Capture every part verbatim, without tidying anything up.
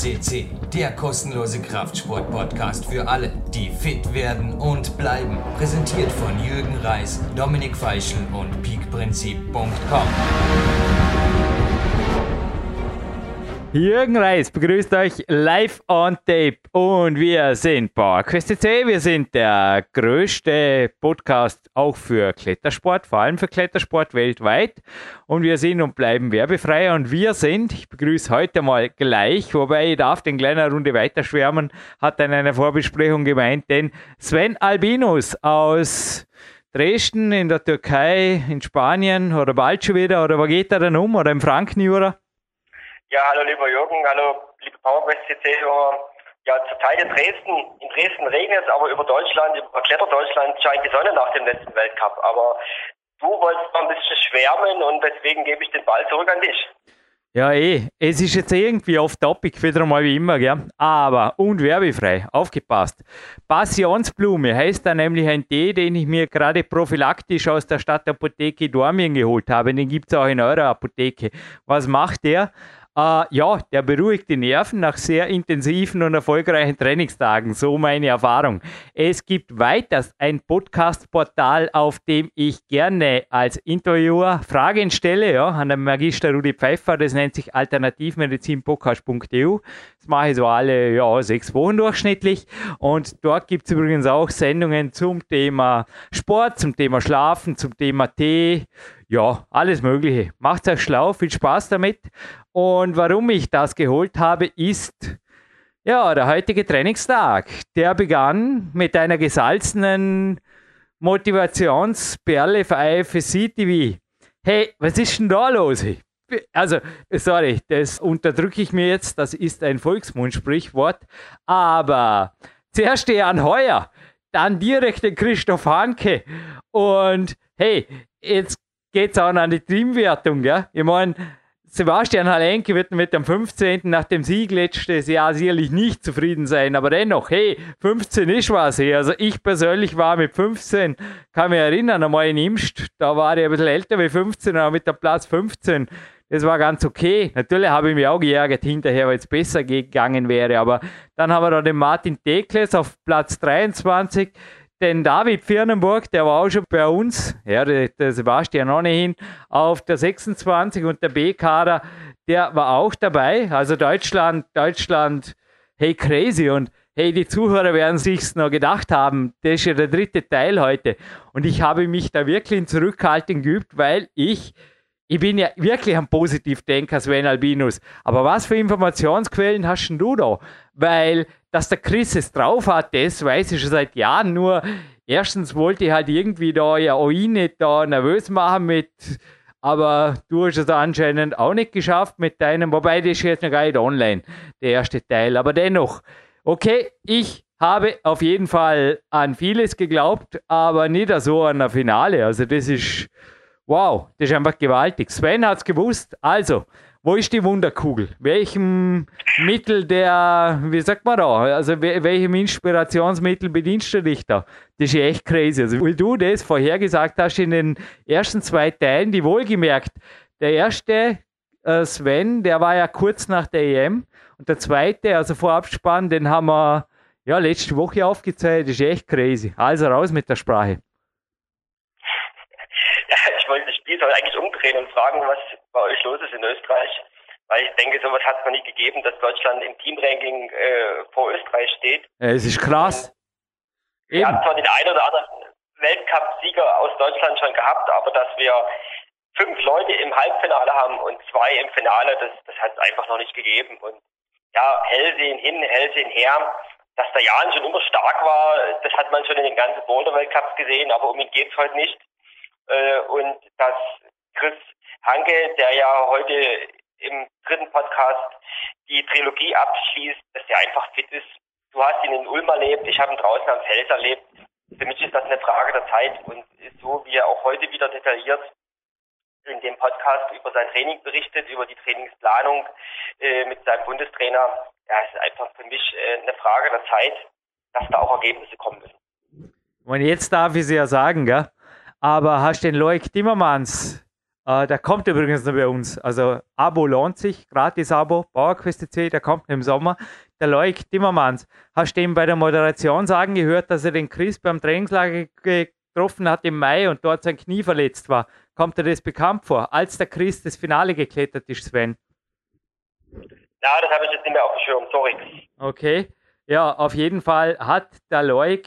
C C, der kostenlose Kraftsport-Podcast für alle, die fit werden und bleiben. Präsentiert von Jürgen Reis, Dominik Feischl und peakprinzip punkt com. Jürgen Reis begrüßt euch live on tape und wir sind PowerQuest C C. Wir sind der größte Podcast auch für Klettersport, vor allem für Klettersport weltweit, und wir sind und bleiben werbefrei und wir sind, ich begrüße heute mal gleich, wobei ich darf den kleinen Runde weiterschwärmen, hat in einer Vorbesprechung gemeint, den Sven Albinus aus Dresden in der Türkei, in Spanien oder bald schon wieder, oder wo geht er denn um, oder im Frankenjura? Ja, hallo lieber Jürgen, hallo liebe PowerQuest C C-Hörer. Ja, zurzeit in Dresden, in Dresden regnet es, aber über Deutschland, über Kletterdeutschland scheint die Sonne nach dem letzten Weltcup. Aber du wolltest noch ein bisschen schwärmen und deswegen gebe ich den Ball zurück an dich. Ja, eh. Es ist jetzt irgendwie off-topic, wieder mal wie immer, gell? Aber, und werbefrei, aufgepasst. Passionsblume heißt da nämlich ein Tee, den ich mir gerade prophylaktisch aus der Stadtapotheke Dormien geholt habe. Den gibt es auch in eurer Apotheke. Was macht der? Uh, ja, der beruhigt die Nerven nach sehr intensiven und erfolgreichen Trainingstagen, so meine Erfahrung. Es gibt weiters ein Podcast-Portal, auf dem ich gerne als Interviewer Fragen stelle, ja, an den Magister Rudi Pfeiffer, das nennt sich alternativmedizinpodcast punkt e u. Das mache ich so alle ja, sechs Wochen durchschnittlich, und dort gibt es übrigens auch Sendungen zum Thema Sport, zum Thema Schlafen, zum Thema Tee, ja, alles Mögliche. Macht euch schlau, viel Spaß damit. Und warum ich das geholt habe, ist ja der heutige Trainingstag. Der begann mit einer gesalzenen Motivationsperle für I F S C T V. Hey, was ist denn da los? Also, sorry, das unterdrücke ich mir jetzt, das ist ein Volksmundsprichwort, aber zuerst der Jan Heuer, dann direkt den Christoph Hanke und hey, jetzt geht's auch an die Teamwertung, ja? Ich meine, Sebastian Halenke wird mit dem fünfzehnten nach dem Sieg letztes Jahr sicherlich nicht zufrieden sein, aber dennoch, hey, fünfzehn ist was hier. Also ich persönlich war mit fünfzehn, kann mich erinnern, einmal in Imst, da war ich ein bisschen älter wie fünfzehn, aber mit dem Platz fünfzehn, das war ganz okay. Natürlich habe ich mich auch geärgert hinterher, weil es besser gegangen wäre, aber dann haben wir da den Martin Tekles auf Platz dreiundzwanzig, den David Firnenburg, der war auch schon bei uns, ja, der, der Sebastian ohnehin, auf der sechsundzwanzig, und der B-Kader, der war auch dabei. Also Deutschland, Deutschland, hey, crazy. Und hey, die Zuhörer werden sich's noch gedacht haben, das ist ja der dritte Teil heute. Und ich habe mich da wirklich in Zurückhaltung geübt, weil ich, ich bin ja wirklich ein Positivdenker, Sven Albinus. Aber was für Informationsquellen hast denn du da? Weil, dass der Chris es drauf hat, das weiß ich schon seit Jahren. Nur, erstens wollte ich halt irgendwie da ja auch ihn nicht da nervös machen mit, aber du hast es anscheinend auch nicht geschafft mit deinem, wobei das ist jetzt noch gar nicht online, der erste Teil. Aber dennoch, okay, ich habe auf jeden Fall an vieles geglaubt, aber nicht so an der Finale. Also das ist, wow, das ist einfach gewaltig. Sven hat es gewusst. Also, wo ist die Wunderkugel? Welchem Mittel der, wie sagt man da, also welchem Inspirationsmittel bedienst du dich da? Das ist ja echt crazy. Also, weil du das vorhergesagt hast in den ersten zwei Teilen, die wohlgemerkt, der erste, äh, Sven, der war ja kurz nach der E M, und der zweite, also vor Abspann, den haben wir ja letzte Woche aufgezählt. Das ist echt crazy. Also raus mit der Sprache. Ja, ich wollte das Spiel eigentlich umdrehen und fragen, was bei euch los ist in Österreich. Weil ich denke, sowas hat es noch nie gegeben, dass Deutschland im Teamranking äh, vor Österreich steht. Ja, es ist krass. Und wir haben zwar den einen oder anderen Weltcup-Sieger aus Deutschland schon gehabt, aber dass wir fünf Leute im Halbfinale haben und zwei im Finale, das, das hat es einfach noch nicht gegeben. Und ja, Hellsehen hin, Hellsehen her. Dass der Jan schon immer stark war, das hat man schon in den ganzen Boulder-Weltcups gesehen, aber um ihn geht es heute nicht. Und dass Chris Hanke, der ja heute im dritten Podcast die Trilogie abschließt, dass der einfach fit ist. Du hast ihn in Ulm erlebt, ich habe ihn draußen am Fels erlebt. Für mich ist das eine Frage der Zeit, und so wie er auch heute wieder detailliert in dem Podcast über sein Training berichtet, über die Trainingsplanung äh, mit seinem Bundestrainer, ja, es ist einfach für mich äh, eine Frage der Zeit, dass da auch Ergebnisse kommen müssen. Und jetzt darf ich es ja sagen, gell? Aber hast du den Loic Timmermans Äh, der kommt übrigens noch bei uns. Also Abo lohnt sich, Gratis-Abo, PowerQuest.c, der kommt im Sommer. Der Loic Timmermans, hast du ihm bei der Moderation sagen gehört, dass er den Chris beim Trainingslager getroffen hat im Mai und dort sein Knie verletzt war. Kommt dir das bekannt vor, als der Chris das Finale geklettert ist, Sven? Ja, das habe ich jetzt nicht mehr auf dem Schirm, sorry. Okay, ja, auf jeden Fall hat der Loic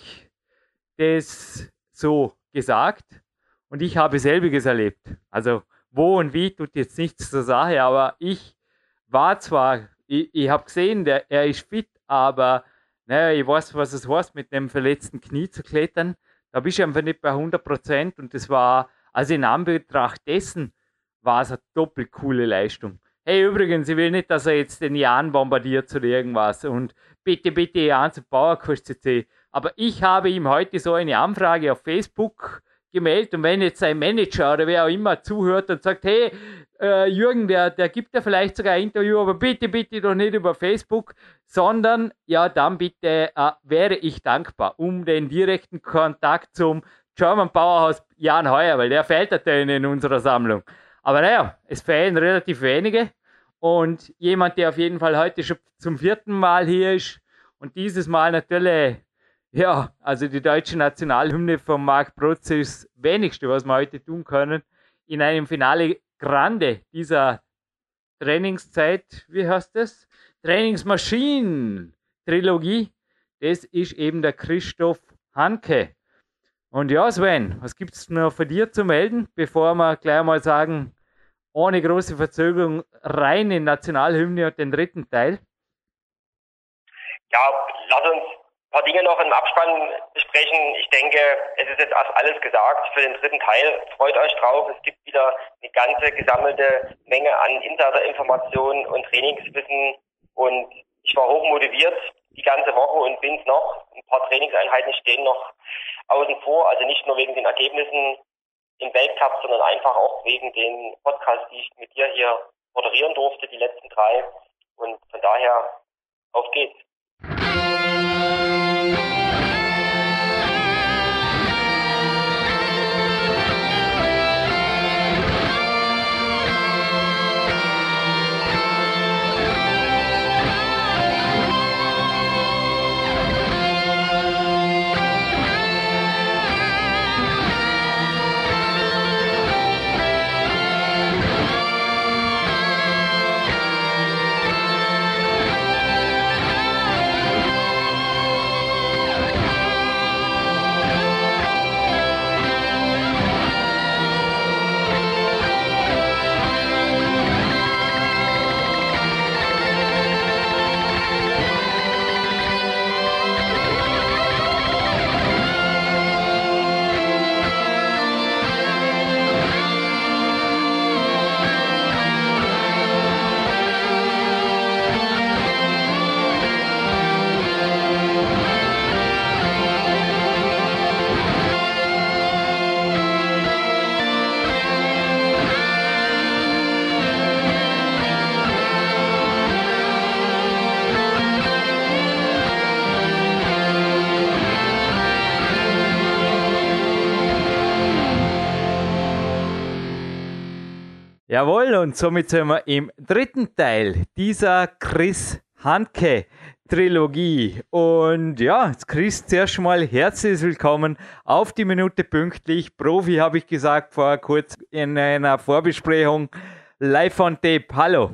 das so gesagt und ich habe selbiges erlebt. Also wo und wie tut jetzt nichts zur Sache, aber ich war zwar, ich, ich habe gesehen, der, er ist fit, aber naja, ich weiß, was es heißt, mit dem verletzten Knie zu klettern. Da bist du einfach nicht bei hundert Prozent und das war, also in Anbetracht dessen, war es eine doppelt coole Leistung. Hey, übrigens, ich will nicht, dass er jetzt den Jan bombardiert oder irgendwas und bitte, bitte Jan zu PowerQuest.c. Aber ich habe ihm heute so eine Anfrage auf Facebook gemeldet und wenn jetzt sein Manager oder wer auch immer zuhört und sagt, hey, äh, Jürgen, der, der gibt ja vielleicht sogar ein Interview, aber bitte, bitte doch nicht über Facebook, sondern ja, dann bitte äh, wäre ich dankbar um den direkten Kontakt zum German Powerhouse Jan Heuer, weil der fehlt natürlich in unserer Sammlung. Aber naja, es fehlen relativ wenige und jemand, der auf jeden Fall heute schon zum vierten Mal hier ist und dieses Mal natürlich, ja, also die deutsche Nationalhymne von Marc Protz ist das Wenigste, was wir heute tun können, in einem Finale Grande dieser Trainingszeit, wie heißt das? Trainingsmaschinen-Trilogie, das ist eben der Christoph Hanke. Und ja, Sven, was gibt es noch für dir zu melden, bevor wir gleich mal sagen, ohne große Verzögerung rein in Nationalhymne und den dritten Teil? Ja, lass uns ein paar Dinge noch im Abspann besprechen. Ich denke, es ist jetzt alles gesagt für den dritten Teil. Freut euch drauf. Es gibt wieder eine ganze gesammelte Menge an Insider-Informationen und Trainingswissen. Und ich war hochmotiviert die ganze Woche und bin es noch. Ein paar Trainingseinheiten stehen noch außen vor. Also nicht nur wegen den Ergebnissen im Weltcup, sondern einfach auch wegen den Podcasts, die ich mit dir hier moderieren durfte, die letzten drei. Und von daher, auf geht's. Jawohl, und somit sind wir im dritten Teil dieser Chris Hanke Trilogie. Und ja, Chris, zuerst mal herzlich willkommen auf die Minute pünktlich. Profi, habe ich gesagt, vorher kurz in einer Vorbesprechung. Live on Tape. Hallo.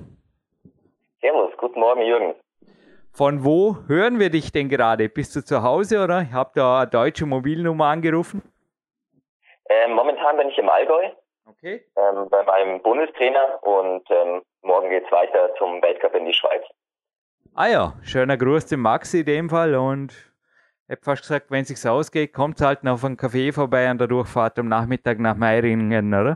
Servus, guten Morgen, Jürgen. Von wo hören wir dich denn gerade? Bist du zu Hause oder? Ich habe da eine deutsche Mobilnummer angerufen. Ähm, momentan bin ich im Allgäu. Okay. Ähm, bei meinem Bundestrainer und ähm, morgen geht es weiter zum Weltcup in die Schweiz. Ah ja, schöner Gruß dem Maxi in dem Fall und ich habe fast gesagt, wenn es sich ausgeht, kommt es halt noch auf einen Kaffee vorbei an der Durchfahrt am Nachmittag nach Meiringen, oder?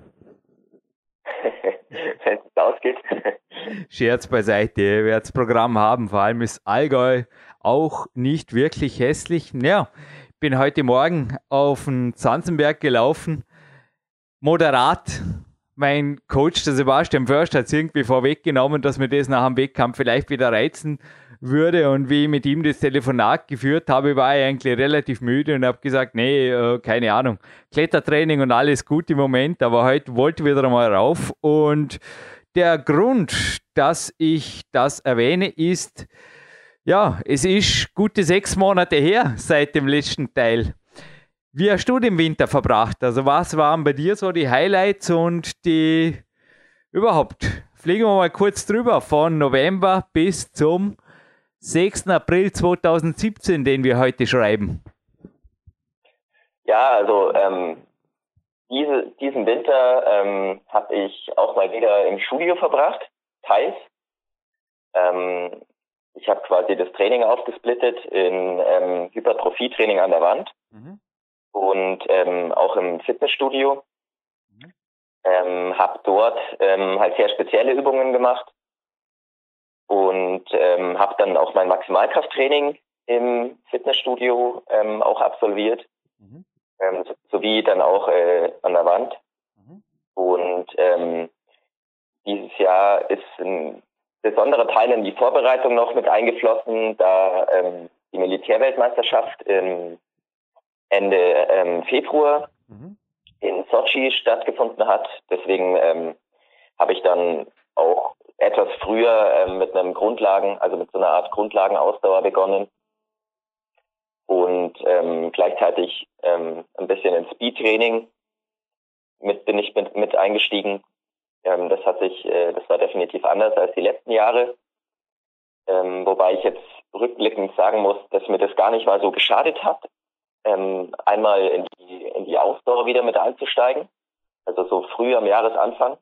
Wenn es sich ausgeht. Scherz beiseite, ihr werdet das Programm haben, vor allem ist Allgäu auch nicht wirklich hässlich. Ja, ich bin heute Morgen auf den Zanzenberg gelaufen, moderat. Mein Coach, der Sebastian Förster, hat es irgendwie vorweggenommen, dass wir das nach dem Wettkampf vielleicht wieder reizen würde. Und wie ich mit ihm das Telefonat geführt habe, war ich eigentlich relativ müde und habe gesagt, nee, äh, keine Ahnung, Klettertraining und alles gut im Moment, aber heute wollte ich wieder mal rauf. Und der Grund, dass ich das erwähne, ist, ja, es ist gute sechs Monate her seit dem letzten Teil. Wie hast du den Winter verbracht? Also was waren bei dir so die Highlights und die überhaupt? Fliegen wir mal kurz drüber von November bis zum sechsten April zweitausendsiebzehn, den wir heute schreiben. Ja, also ähm, diese, diesen Winter ähm, habe ich auch mal wieder im Studio verbracht, teils. Ähm, ich habe quasi das Training aufgesplittet in ähm, Hypertrophie-Training an der Wand. Mhm. Und ähm, auch im Fitnessstudio. Mhm. Ähm, habe dort ähm, halt sehr spezielle Übungen gemacht und ähm, habe dann auch mein Maximalkrafttraining im Fitnessstudio ähm, auch absolviert, mhm. ähm, so, sowie dann auch äh, an der Wand. Mhm. Und ähm, dieses Jahr ist ein besonderer Teil in die Vorbereitung noch mit eingeflossen, da ähm, die Militärweltmeisterschaft im Ende ähm, Februar mhm. in Sochi stattgefunden hat. Deswegen ähm, habe ich dann auch etwas früher ähm, mit einem Grundlagen, also mit so einer Art Grundlagenausdauer begonnen und ähm, gleichzeitig ähm, ein bisschen ins Speedtraining mit bin ich mit, mit eingestiegen. Ähm, das hat sich, äh, das war definitiv anders als die letzten Jahre, ähm, wobei ich jetzt rückblickend sagen muss, dass mir das gar nicht mal so geschadet hat. Ähm, einmal in die, in die Ausdauer wieder mit einzusteigen, also so früh am Jahresanfang.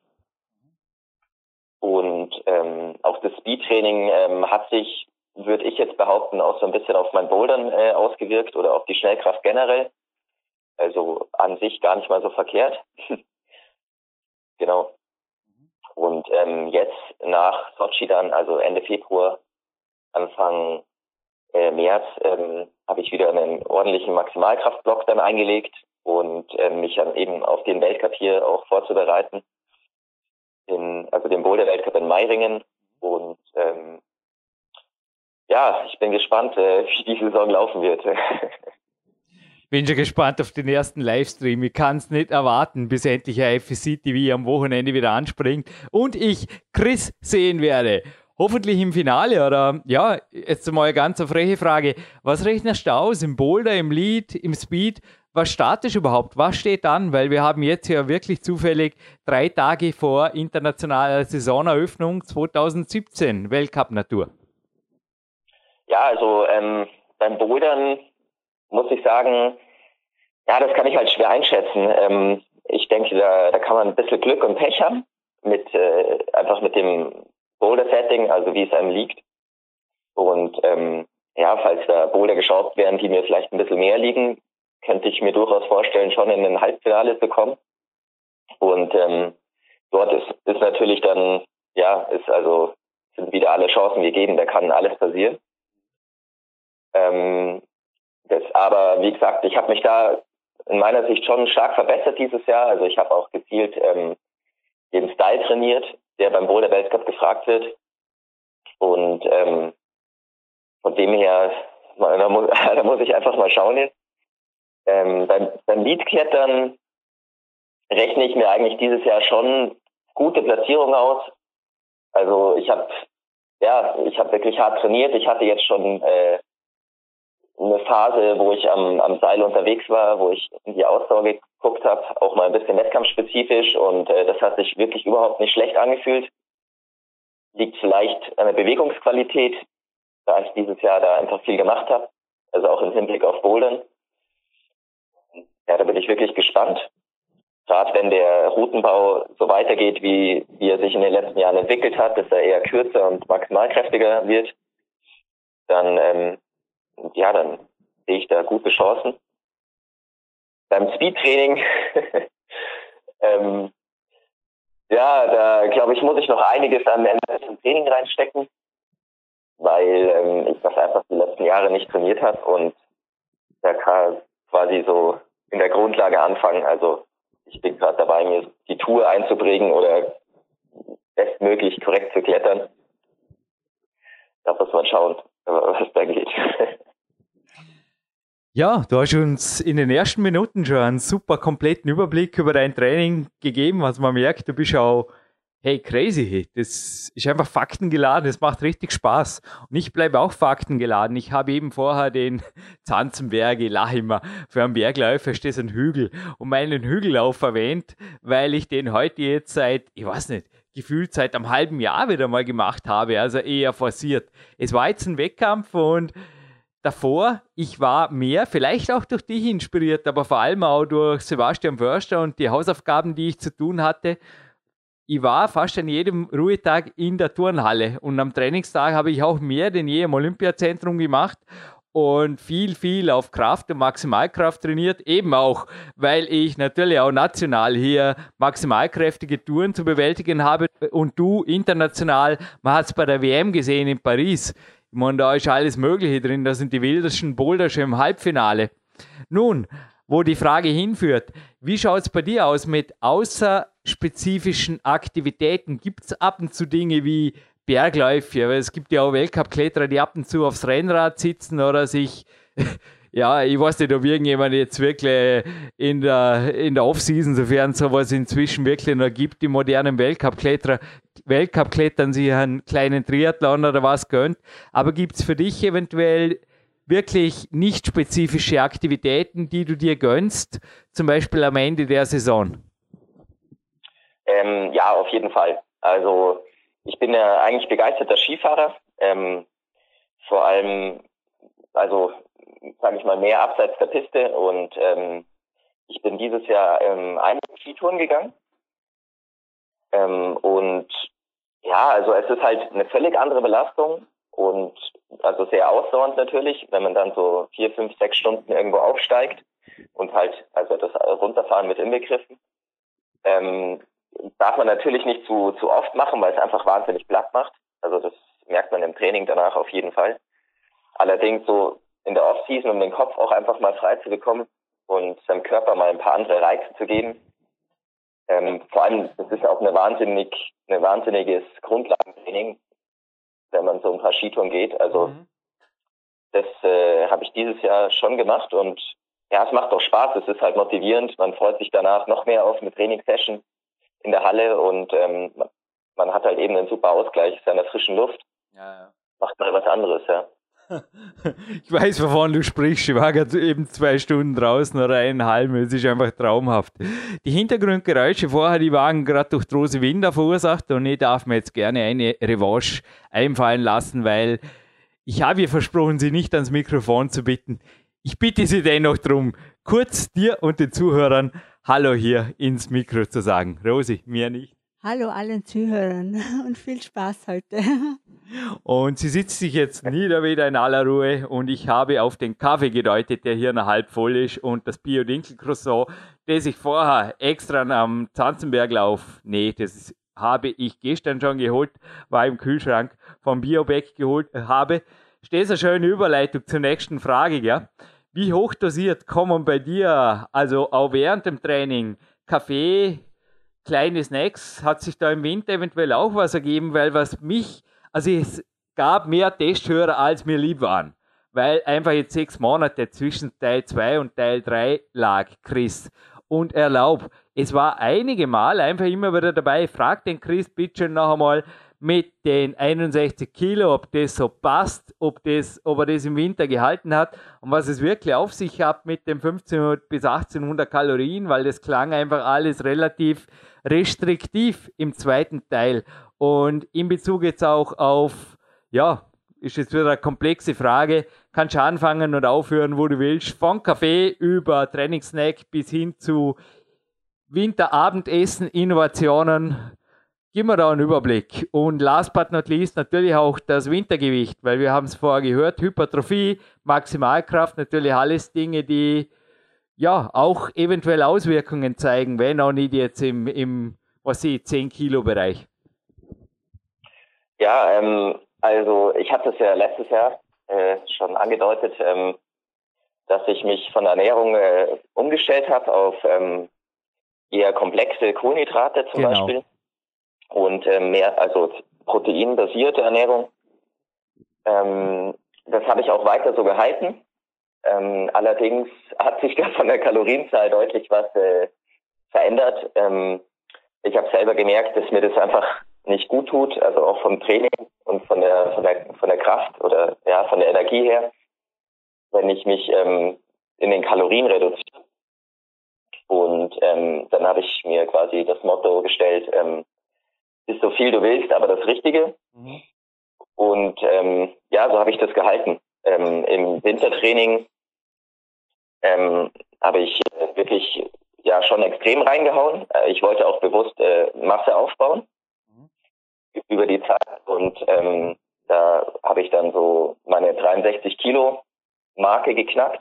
Und ähm, auch das Speedtraining ähm, hat sich, würde ich jetzt behaupten, auch so ein bisschen auf mein Bouldern äh, ausgewirkt oder auf die Schnellkraft generell. Also an sich gar nicht mal so verkehrt. Genau. Und ähm, jetzt nach Sochi dann, also Ende Februar, Anfang Äh, März ähm, habe ich wieder einen ordentlichen Maximalkraftblock dann eingelegt und äh, mich dann eben auf den Weltcup hier auch vorzubereiten, in, also den Boulder-Weltcup in Meiringen. Und ähm, ja, ich bin gespannt, äh, wie die Saison laufen wird. Bin schon gespannt auf den ersten Livestream. Ich kann es nicht erwarten, bis endlich ein F S C T V am Wochenende wieder anspringt und ich Chris sehen werde. Hoffentlich im Finale, oder? Ja, jetzt mal eine ganz freche Frage. Was rechnest du aus im Boulder, im Lead, im Speed? Was startest du überhaupt? Was steht an? Weil wir haben jetzt ja wirklich zufällig drei Tage vor internationaler Saisoneröffnung zweitausendsiebzehn, Weltcup-Natur. Ja, also ähm, beim Bouldern muss ich sagen, ja, das kann ich halt schwer einschätzen. Ähm, ich denke, da, da kann man ein bisschen Glück und Pech haben, mit äh, einfach mit dem Boulder-Setting, also wie es einem liegt. Und ähm, ja, falls da Boulder geschraubt werden, die mir vielleicht ein bisschen mehr liegen, könnte ich mir durchaus vorstellen, schon in ein Halbfinale zu kommen. Und ähm, dort ist, ist natürlich dann, ja, ist also sind wieder alle Chancen gegeben, da kann alles passieren. Ähm, das, aber wie gesagt, ich habe mich da in meiner Sicht schon stark verbessert dieses Jahr. Also ich habe auch gezielt ähm, den Style trainiert, der beim Boulder-Weltcup gefragt wird. Und ähm, von dem her, da muss, da muss ich einfach mal schauen jetzt. Ähm, beim, beim Leadklettern rechne ich mir eigentlich dieses Jahr schon gute Platzierungen aus. Also ich habe ja, ich habe wirklich hart trainiert. Ich hatte jetzt schon äh, eine Phase, wo ich am, am Seil unterwegs war, wo ich in die Ausdauer geguckt habe, auch mal ein bisschen wettkampfspezifisch, und äh, das hat sich wirklich überhaupt nicht schlecht angefühlt. Liegt vielleicht an der Bewegungsqualität, da ich dieses Jahr da einfach viel gemacht habe, also auch im Hinblick auf Bouldern. Ja, da bin ich wirklich gespannt. Gerade wenn der Routenbau so weitergeht, wie, wie er sich in den letzten Jahren entwickelt hat, dass er eher kürzer und maximalkräftiger wird, dann ähm, ja, dann sehe ich da gute Chancen. Beim Speedtraining, ähm, ja, da glaube ich, muss ich noch einiges an im Training reinstecken, weil ähm, ich das einfach die letzten Jahre nicht trainiert habe und da kann quasi so in der Grundlage anfangen. Also ich bin gerade dabei, mir die Tour einzuprägen oder bestmöglich korrekt zu klettern. Da muss man schauen. was da geht. Ja, du hast uns in den ersten Minuten schon einen super kompletten Überblick über dein Training gegeben, was man merkt, du bist auch, hey, crazy, das ist einfach faktengeladen, das macht richtig Spaß. Und ich bleibe auch faktengeladen. Ich habe eben vorher den Zanzenberg, ich lache immer, für einen Bergläufer ist das ein Hügel, und meinen Hügellauf erwähnt, weil ich den heute jetzt seit, ich weiß nicht, gefühlt seit einem halben Jahr wieder mal gemacht habe, also eher forciert. Es war jetzt ein Wettkampf und davor, ich war mehr, vielleicht auch durch dich inspiriert, aber vor allem auch durch Sebastian Förster und die Hausaufgaben, die ich zu tun hatte. Ich war fast an jedem Ruhetag in der Turnhalle und am Trainingstag habe ich auch mehr denn je im Olympiazentrum gemacht und viel, viel auf Kraft und Maximalkraft trainiert, eben auch, weil ich natürlich auch national hier maximalkräftige Touren zu bewältigen habe und du international, man hat es bei der W M gesehen in Paris, ich meine, da ist alles Mögliche drin, da sind die wildesten Boulder schon im Halbfinale. Nun, wo die Frage hinführt, wie schaut es bei dir aus mit außerspezifischen Aktivitäten? Gibt es ab und zu Dinge wie Bergläufe? Weil es gibt ja auch Weltcup-Kletterer, die ab und zu aufs Rennrad sitzen oder sich, ja, ich weiß nicht, ob irgendjemand jetzt wirklich in der, in der Off-Season, sofern es sowas inzwischen wirklich noch gibt, die modernen Weltcup-Kletterer, Weltcup-Klettern sich einen kleinen Triathlon oder was gönnt. Aber gibt es für dich eventuell wirklich nicht spezifische Aktivitäten, die du dir gönnst, zum Beispiel am Ende der Saison? Ähm, ja, auf jeden Fall. Also ich bin ja eigentlich begeisterter Skifahrer, ähm, vor allem, also sage ich mal, mehr abseits der Piste, und ähm, ich bin dieses Jahr ähm, einige Skitouren gegangen, ähm, und ja, also es ist halt eine völlig andere Belastung und also sehr ausdauernd natürlich, wenn man dann so vier, fünf, sechs Stunden irgendwo aufsteigt und halt, also das Runterfahren mit inbegriffen. Ähm, darf man natürlich nicht zu, zu oft machen, weil es einfach wahnsinnig platt macht. Also das merkt man im Training danach auf jeden Fall. Allerdings so in der Off-Season, um den Kopf auch einfach mal frei zu bekommen und seinem Körper mal ein paar andere Reize zu geben. Ähm, vor allem, das ist auch eine wahnsinnig, eine wahnsinniges Grundlagentraining, wenn man so ein paar Skitouren geht. Also mhm. das äh, habe ich dieses Jahr schon gemacht und ja, es macht auch Spaß, es ist halt motivierend, man freut sich danach noch mehr auf eine Trainingssession in der Halle und ähm, man hat halt eben einen super Ausgleich, ist ja in der frischen Luft, ja, ja. Macht mal was anderes, ja. Ich weiß, wovon du sprichst. Ich war gerade eben zwei Stunden draußen oder eineinhalb. Es ist einfach traumhaft. Die Hintergrundgeräusche vorher, die waren gerade durch Rose Winder verursacht und ich darf mir jetzt gerne eine Revanche einfallen lassen, weil ich habe ihr versprochen, sie nicht ans Mikrofon zu bitten. Ich bitte sie dennoch darum, kurz dir und den Zuhörern Hallo hier ins Mikro zu sagen. Rosi, mir nicht. Hallo allen Zuhörern und viel Spaß heute. Und sie sitzt sich jetzt nieder wieder in aller Ruhe und ich habe auf den Kaffee gedeutet, der hier noch halb voll ist, und das Bio-Dinkel-Croissant, das ich vorher extra am Zanzenberglauf, nee, das habe ich gestern schon geholt, war im Kühlschrank vom Biobeck geholt habe. Steht eine schöne Überleitung zur nächsten Frage, ja? Wie hochdosiert kommen bei dir, also auch während dem Training, Kaffee, kleine Snacks, hat sich da im Winter eventuell auch was ergeben, weil was mich, also es gab mehr Testhörer, als mir lieb waren, weil einfach jetzt sechs Monate zwischen Teil zwei und Teil drei lag, Chris. Und erlaub, es war einige Mal einfach immer wieder dabei, frag den Chris bitte noch einmal mit den einundsechzig Kilo, ob das so passt, ob, das, ob er das im Winter gehalten hat und was es wirklich auf sich hat mit den fünfzehnhundert bis achtzehnhundert Kalorien, weil das klang einfach alles relativ restriktiv im zweiten Teil. Und in Bezug jetzt auch auf, ja, ist jetzt wieder eine komplexe Frage, kannst du anfangen und aufhören, wo du willst, von Kaffee über Trainingssnack bis hin zu Winterabendessen, Innovationen. Gib mir da einen Überblick. Und last but not least natürlich auch das Wintergewicht, weil wir haben es vorher gehört, Hypertrophie, Maximalkraft, natürlich alles Dinge, die ja auch eventuell Auswirkungen zeigen, wenn auch nicht jetzt im, im was ich, zehn Kilo Bereich. Ja, ähm, also ich hatte es ja letztes Jahr äh, schon angedeutet, ähm, dass ich mich von der Ernährung äh, umgestellt habe auf ähm, eher komplexe Kohlenhydrate zum genau. Beispiel und äh, mehr, also proteinbasierte Ernährung. Ähm, das habe ich auch weiter so gehalten. Ähm, allerdings hat sich da von der Kalorienzahl deutlich was äh, verändert. Ähm, ich habe selber gemerkt, dass mir das einfach nicht gut tut, also auch vom Training und von der von der von der Kraft oder ja von der Energie her, wenn ich mich ähm, in den Kalorien reduziere. Und ähm, dann habe ich mir quasi das Motto gestellt, ähm, ist so viel du willst, aber das Richtige. Mhm. Und ähm, ja, so habe ich das gehalten. Ähm, Im Wintertraining ähm, habe ich wirklich ja schon extrem reingehauen. Ich wollte auch bewusst äh, Masse aufbauen mhm. über die Zeit. Und ähm, da habe ich dann so meine dreiundsechzig Kilo Marke geknackt.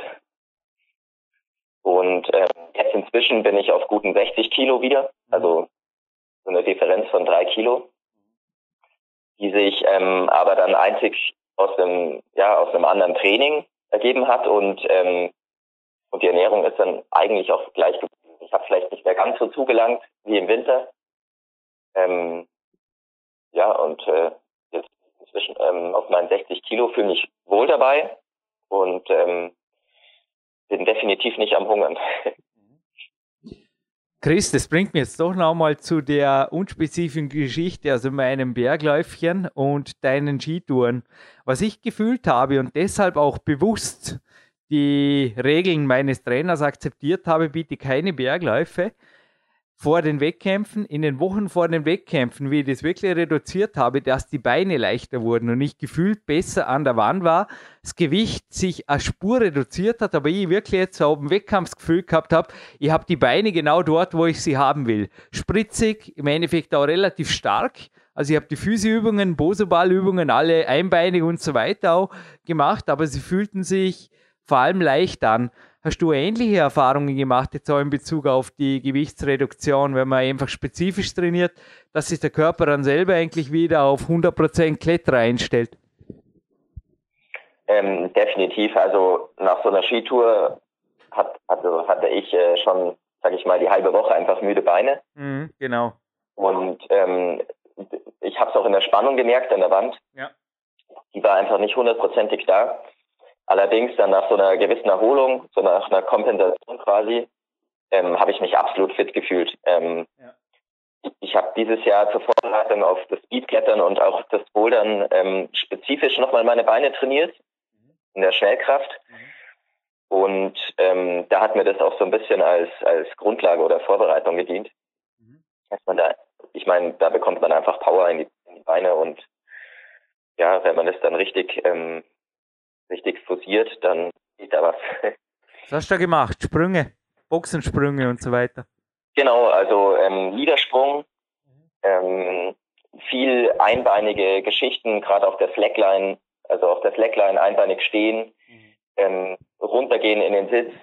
Und ähm, jetzt inzwischen bin ich auf guten sechzig Kilo wieder. Also so eine Differenz von drei Kilo. Die sich ähm, aber dann einzig aus einem, ja, aus einem anderen Training ergeben hat und, ähm, und die Ernährung ist dann eigentlich auch gleich geblieben. Ich habe vielleicht nicht mehr ganz so zugelangt wie im Winter. Ähm, ja, und äh, jetzt inzwischen ähm, auf meinen sechzig Kilo fühle mich wohl dabei und ähm, bin definitiv nicht am Hungern. Chris, das bringt mich jetzt doch nochmal zu der unspezifischen Geschichte, also meinem Bergläufchen und deinen Skitouren. Was ich gefühlt habe und deshalb auch bewusst die Regeln meines Trainers akzeptiert habe, bitte keine Bergläufe vor den Wettkämpfen, in den Wochen vor den Wettkämpfen, wie ich das wirklich reduziert habe, dass die Beine leichter wurden und ich gefühlt besser an der Wand war, das Gewicht sich eine Spur reduziert hat, aber ich wirklich jetzt so ein Wettkampfsgefühl gehabt habe, ich habe die Beine genau dort, wo ich sie haben will. Spritzig, im Endeffekt auch relativ stark, also ich habe die Physioübungen, Bosoballübungen, alle einbeinig und so weiter auch gemacht, aber sie fühlten sich vor allem leicht an. Hast du ähnliche Erfahrungen gemacht, jetzt auch in Bezug auf die Gewichtsreduktion, wenn man einfach spezifisch trainiert, dass sich der Körper dann selber eigentlich wieder auf hundert Prozent Kletterer einstellt? Ähm, definitiv. Also nach so einer Skitour hat, also hatte ich äh, schon, sag ich mal, die halbe Woche einfach müde Beine. Mhm, genau. Und ähm, ich habe es auch in der Spannung gemerkt an der Wand. Ja. Die war einfach nicht hundertprozentig da. Allerdings dann nach so einer gewissen Erholung, so nach einer Kompensation quasi, ähm, habe ich mich absolut fit gefühlt. Ähm, ja. Ich, ich habe dieses Jahr zur Vorbereitung auf das Speedklettern und auch das Bouldern ähm, spezifisch nochmal meine Beine trainiert, mhm. in der Schnellkraft. Mhm. Und ähm, da hat mir das auch so ein bisschen als als Grundlage oder Vorbereitung gedient. Mhm. Dass man da, ich meine, da bekommt man einfach Power in die, in die Beine und ja, wenn man das dann richtig ähm, richtig forciert, dann geht da was. Was hast du da gemacht? Sprünge, Boxensprünge und so weiter? Genau, also ähm, Niedersprung, ähm, viel einbeinige Geschichten, gerade auf der Slackline, also auf der Slackline einbeinig stehen, mhm. ähm, runtergehen in den Sitz,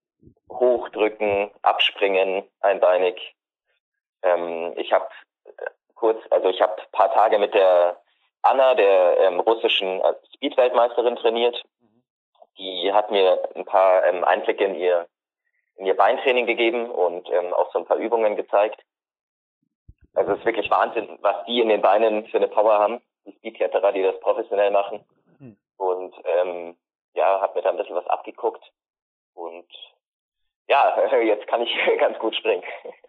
hochdrücken, abspringen, einbeinig. Ähm, ich habe kurz, also ich habe ein paar Tage mit der Anna, der ähm, russischen äh, Speed-Weltmeisterin, trainiert. Mhm. Die hat mir ein paar ähm, Einblicke in ihr in ihr Beintraining gegeben und ähm, auch so ein paar Übungen gezeigt. Also es ist wirklich Wahnsinn, was die in den Beinen für eine Power haben, die Speedkletterer, die das professionell machen. Mhm. Und ähm, ja, habe mir da ein bisschen was abgeguckt und ja, jetzt kann ich ganz gut springen.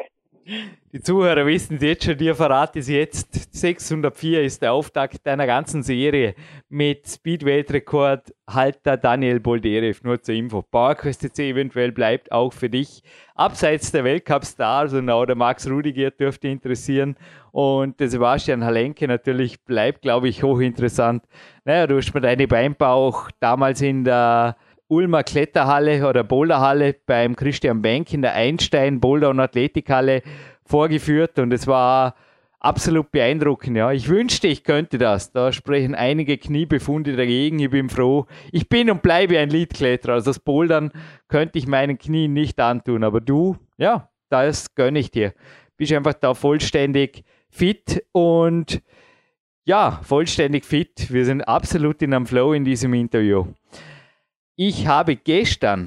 Die Zuhörer wissen es jetzt schon, dir verrate ich es jetzt. sechshundertvier ist der Auftakt deiner ganzen Serie mit Speed-Weltrekordhalter Daniel Bolderev. Nur zur Info. PowerQuest C C eventuell bleibt auch für dich abseits der Weltcup-Stars und auch der Max Rudiger dürfte interessieren. Und der Sebastian Halenke natürlich bleibt, glaube ich, hochinteressant. Naja, du hast mir deine Beinbauch damals in der Ulmer Kletterhalle oder Boulderhalle beim Christian Benck in der Einstein Boulder- und Athletikhalle vorgeführt und es war absolut beeindruckend. Ja. Ich wünschte, ich könnte das. Da sprechen einige Kniebefunde dagegen. Ich bin froh. Ich bin und bleibe ein Leadkletterer. Also das Bouldern könnte ich meinen Knien nicht antun. Aber du, ja, das gönne ich dir. Bist einfach da vollständig fit und ja, vollständig fit. Wir sind absolut in einem Flow in diesem Interview. Ich habe gestern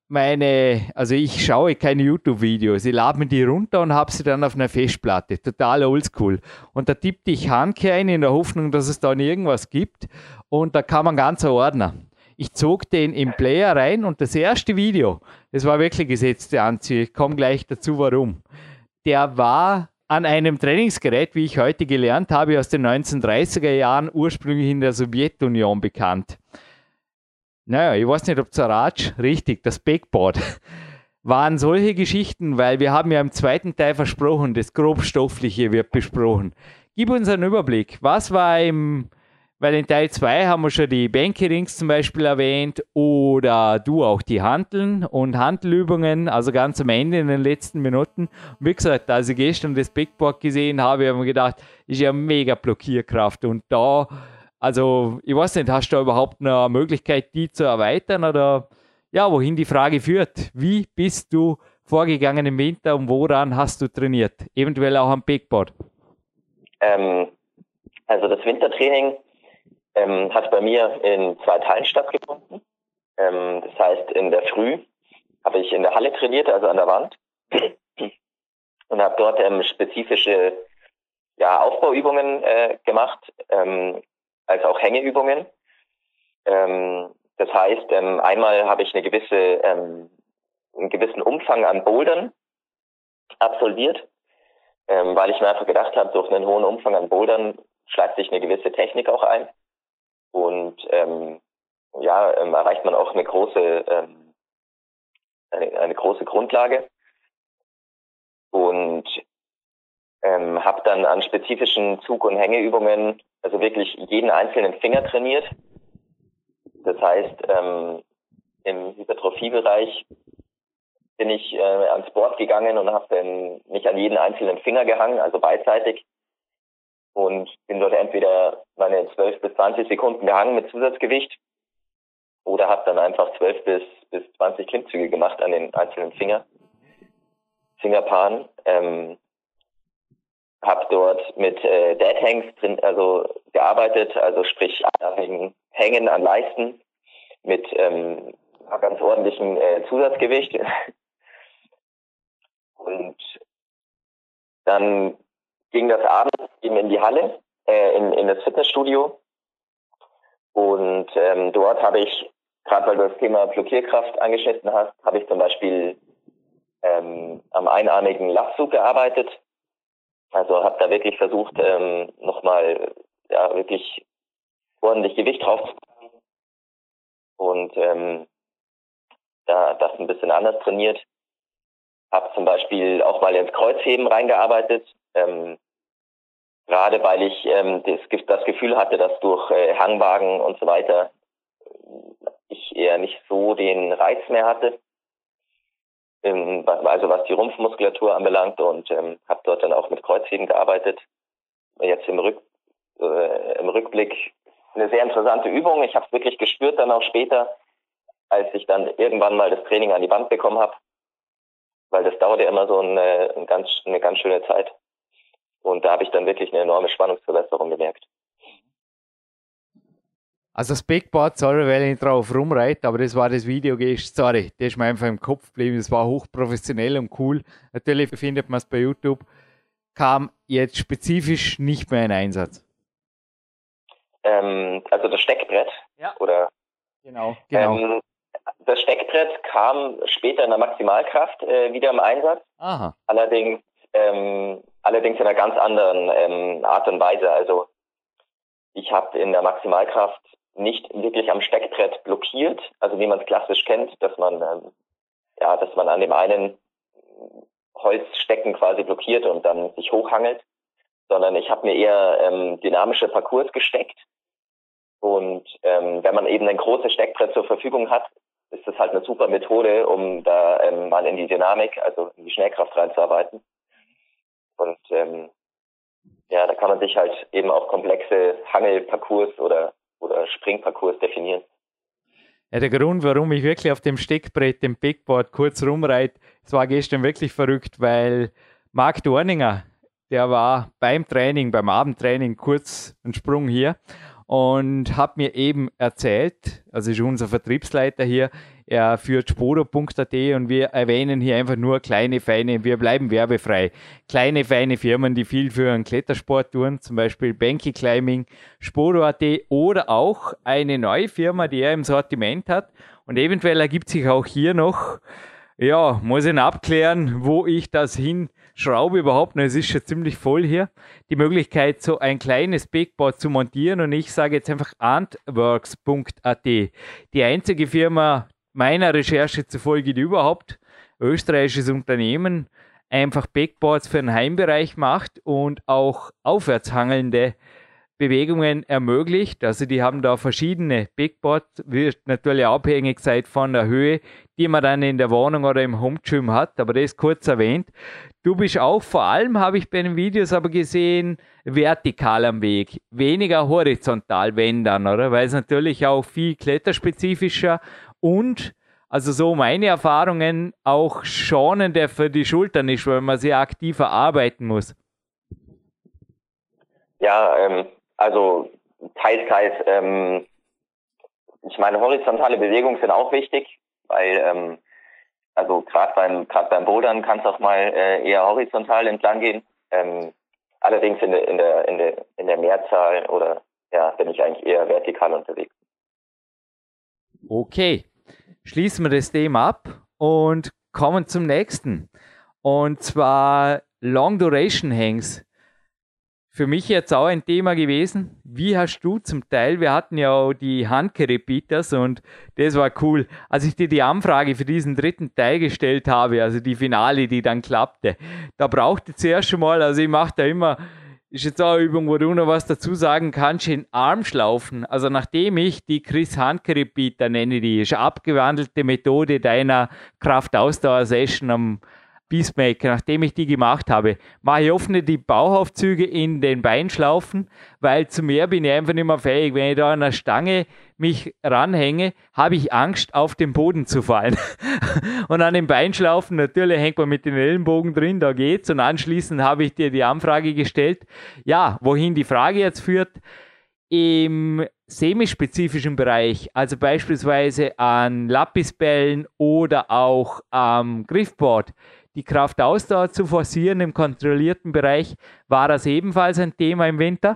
meine, also ich schaue keine YouTube-Videos, ich lade mir die runter und habe sie dann auf einer Festplatte, total oldschool. Und da tippte ich Hanke ein in der Hoffnung, dass es da irgendwas gibt und da kam ein ganzer Ordner. Ich zog den im Player rein und das erste Video, das war wirklich gesetzte Anziehung, ich komme gleich dazu, warum. Der war an einem Trainingsgerät, wie ich heute gelernt habe, aus den neunzehnhundertdreißiger Jahren, ursprünglich in der Sowjetunion bekannt. Naja, ich weiß nicht, ob Zaratsch, richtig, das Backboard, waren solche Geschichten, weil wir haben ja im zweiten Teil versprochen, das Grobstoffliche wird besprochen. Gib uns einen Überblick, was war im, weil in Teil zwei haben wir schon die Bänke-Rings zum Beispiel erwähnt oder du auch die Hanteln und Hantelübungen, also ganz am Ende in den letzten Minuten. Und wie gesagt, als ich gestern das Backboard gesehen habe, habe ich mir gedacht, ist ja mega Blockierkraft und da, also ich weiß nicht, hast du da überhaupt eine Möglichkeit, die zu erweitern oder ja, wohin die Frage führt? Wie bist du vorgegangen im Winter und woran hast du trainiert? Eventuell auch am Backboard. Ähm, also das Wintertraining Ähm, hat bei mir in zwei Teilen stattgefunden. Ähm, das heißt, in der Früh habe ich in der Halle trainiert, also an der Wand, und habe dort ähm, spezifische ja, Aufbauübungen äh, gemacht, ähm, als auch Hängeübungen. Ähm, das heißt, ähm, einmal habe ich eine gewisse, ähm, einen gewissen Umfang an Bouldern absolviert, ähm, weil ich mir einfach gedacht habe, durch einen hohen Umfang an Bouldern schleicht sich eine gewisse Technik auch ein. Und ähm, ja, ähm, erreicht man auch eine große ähm, eine, eine große Grundlage und ähm, habe dann an spezifischen Zug- und Hängeübungen also wirklich jeden einzelnen Finger trainiert. Das heißt, ähm, im Hypertrophiebereich bin ich äh, ans Board gegangen und habe dann mich an jeden einzelnen Finger gehangen, also beidseitig. Und bin dort entweder meine zwölf bis zwanzig Sekunden gehangen mit Zusatzgewicht oder habe dann einfach zwölf bis zwanzig Klimmzüge gemacht an den einzelnen Finger, Fingerpaaren. Ähm, habe dort mit äh, Dead Hangs drin, also gearbeitet, also sprich an Hängen an Leisten mit ähm, ganz ordentlichem äh, Zusatzgewicht. Und dann ging das abends eben in die Halle, äh, in, in das Fitnessstudio. Und ähm, dort habe ich, gerade weil du das Thema Blockierkraft angeschnitten hast, habe ich zum Beispiel ähm, am einarmigen Latzug gearbeitet. Also habe da wirklich versucht, ähm, nochmal ja, wirklich ordentlich Gewicht drauf zu packen. Und ähm, da das ein bisschen anders trainiert. Habe zum Beispiel auch mal ins Kreuzheben reingearbeitet. Ähm, gerade weil ich ähm, das, das Gefühl hatte, dass durch äh, Hangwagen und so weiter ich eher nicht so den Reiz mehr hatte, ähm, also was die Rumpfmuskulatur anbelangt, und ähm, habe dort dann auch mit Kreuzheben gearbeitet. Jetzt im, Rück, äh, im Rückblick eine sehr interessante Übung. Ich habe es wirklich gespürt dann auch später, als ich dann irgendwann mal das Training an die Wand bekommen habe, weil das dauerte immer so eine, eine, ganz, eine ganz schöne Zeit. Und da habe ich dann wirklich eine enorme Spannungsverbesserung gemerkt. Also das Backboard, sorry, weil ich nicht drauf rumreite, aber das war das Video, sorry, das ist mir einfach im Kopf geblieben, das war hochprofessionell und cool. Natürlich findet man es bei YouTube, kam jetzt spezifisch nicht mehr in Einsatz. Ähm, also das Steckbrett? Ja. Oder? Genau, genau. Ähm, das Steckbrett kam später in der Maximalkraft äh, wieder im Einsatz. Aha. Allerdings Ähm, allerdings in einer ganz anderen ähm, Art und Weise. Also ich habe in der Maximalkraft nicht wirklich am Steckbrett blockiert, also wie man es klassisch kennt, dass man ähm, ja, dass man an dem einen Holzstecken quasi blockiert und dann sich hochhangelt, sondern ich habe mir eher ähm, dynamische Parcours gesteckt. Und ähm, wenn man eben ein großes Steckbrett zur Verfügung hat, ist das halt eine super Methode, um da ähm, mal in die Dynamik, also in die Schnellkraft reinzuarbeiten. Und ähm, ja, da kann man sich halt eben auch komplexe Hangelparcours oder, oder Springparcours definieren. Ja, der Grund, warum ich wirklich auf dem Steckbrett, dem Backboard kurz rumreite, es war gestern wirklich verrückt, weil Marc Dorninger, der war beim Training, beim Abendtraining kurz einen Sprung hier und hat mir eben erzählt, also ist unser Vertriebsleiter hier, Er führt spodo punkt a t und wir erwähnen hier einfach nur kleine, feine, wir bleiben werbefrei, kleine, feine Firmen, die viel für einen Klettersport tun, zum Beispiel Banky Climbing, spodo punkt a t oder auch eine neue Firma, die er im Sortiment hat. Und eventuell ergibt sich auch hier noch, ja, muss ich abklären, wo ich das hinschraube überhaupt. Es ist schon ziemlich voll hier. Die Möglichkeit, so ein kleines Backboard zu montieren. Und ich sage jetzt einfach antworks punkt a t. Die einzige Firma meiner Recherche zufolge, die überhaupt österreichisches Unternehmen einfach Backboards für den Heimbereich macht und auch aufwärtshangelnde Bewegungen ermöglicht. Also die haben da verschiedene Backboards, wird natürlich abhängig sein von der Höhe, die man dann in der Wohnung oder im Home Gym hat, aber das kurz erwähnt. Du bist auch vor allem, habe ich bei den Videos aber gesehen, vertikal am Weg, weniger horizontal, wenn dann, oder? Weil es natürlich auch viel kletterspezifischer und, also so meine Erfahrungen, auch schonender für die Schultern ist, weil man sehr aktiver arbeiten muss. Ja, ähm, also teils, teils. Ähm, ich meine, horizontale Bewegungen sind auch wichtig, weil ähm, also gerade beim gerade beim Bouldern kann es auch mal äh, eher horizontal entlang gehen. Ähm, allerdings in der in der in der in der Mehrzahl oder ja bin ich eigentlich eher vertikal unterwegs. Okay, schließen wir das Thema ab und kommen zum nächsten. Und zwar Long Duration Hangs. Für mich jetzt auch ein Thema gewesen. Wie hast du zum Teil, wir hatten ja auch die Handke-Repeaters und das war cool, als ich dir die Anfrage für diesen dritten Teil gestellt habe, also die Finale, die dann klappte. Da brauchte zuerst schon mal, also ich mache da immer, ist jetzt auch eine Übung, wo du noch was dazu sagen kannst, in Armschlaufen. Also nachdem ich die Chris Handke-Repeater nenne, die ist eine abgewandelte Methode deiner Kraft-Ausdauer-Session am Peacemaker, nachdem ich die gemacht habe, mache ich oft nicht die Bauchaufzüge in den Beinschlaufen, weil zu mehr bin ich einfach nicht mehr fähig. Wenn ich da an der Stange mich ranhänge, habe ich Angst, auf den Boden zu fallen. Und an den Beinschlaufen, natürlich hängt man mit den Ellenbogen drin, da geht's. Und anschließend habe ich dir die Anfrage gestellt, ja, wohin die Frage jetzt führt, im semispezifischen Bereich, also beispielsweise an Lapisbällen oder auch am Griffboard, die Kraftausdauer zu forcieren im kontrollierten Bereich, war das ebenfalls ein Thema im Winter?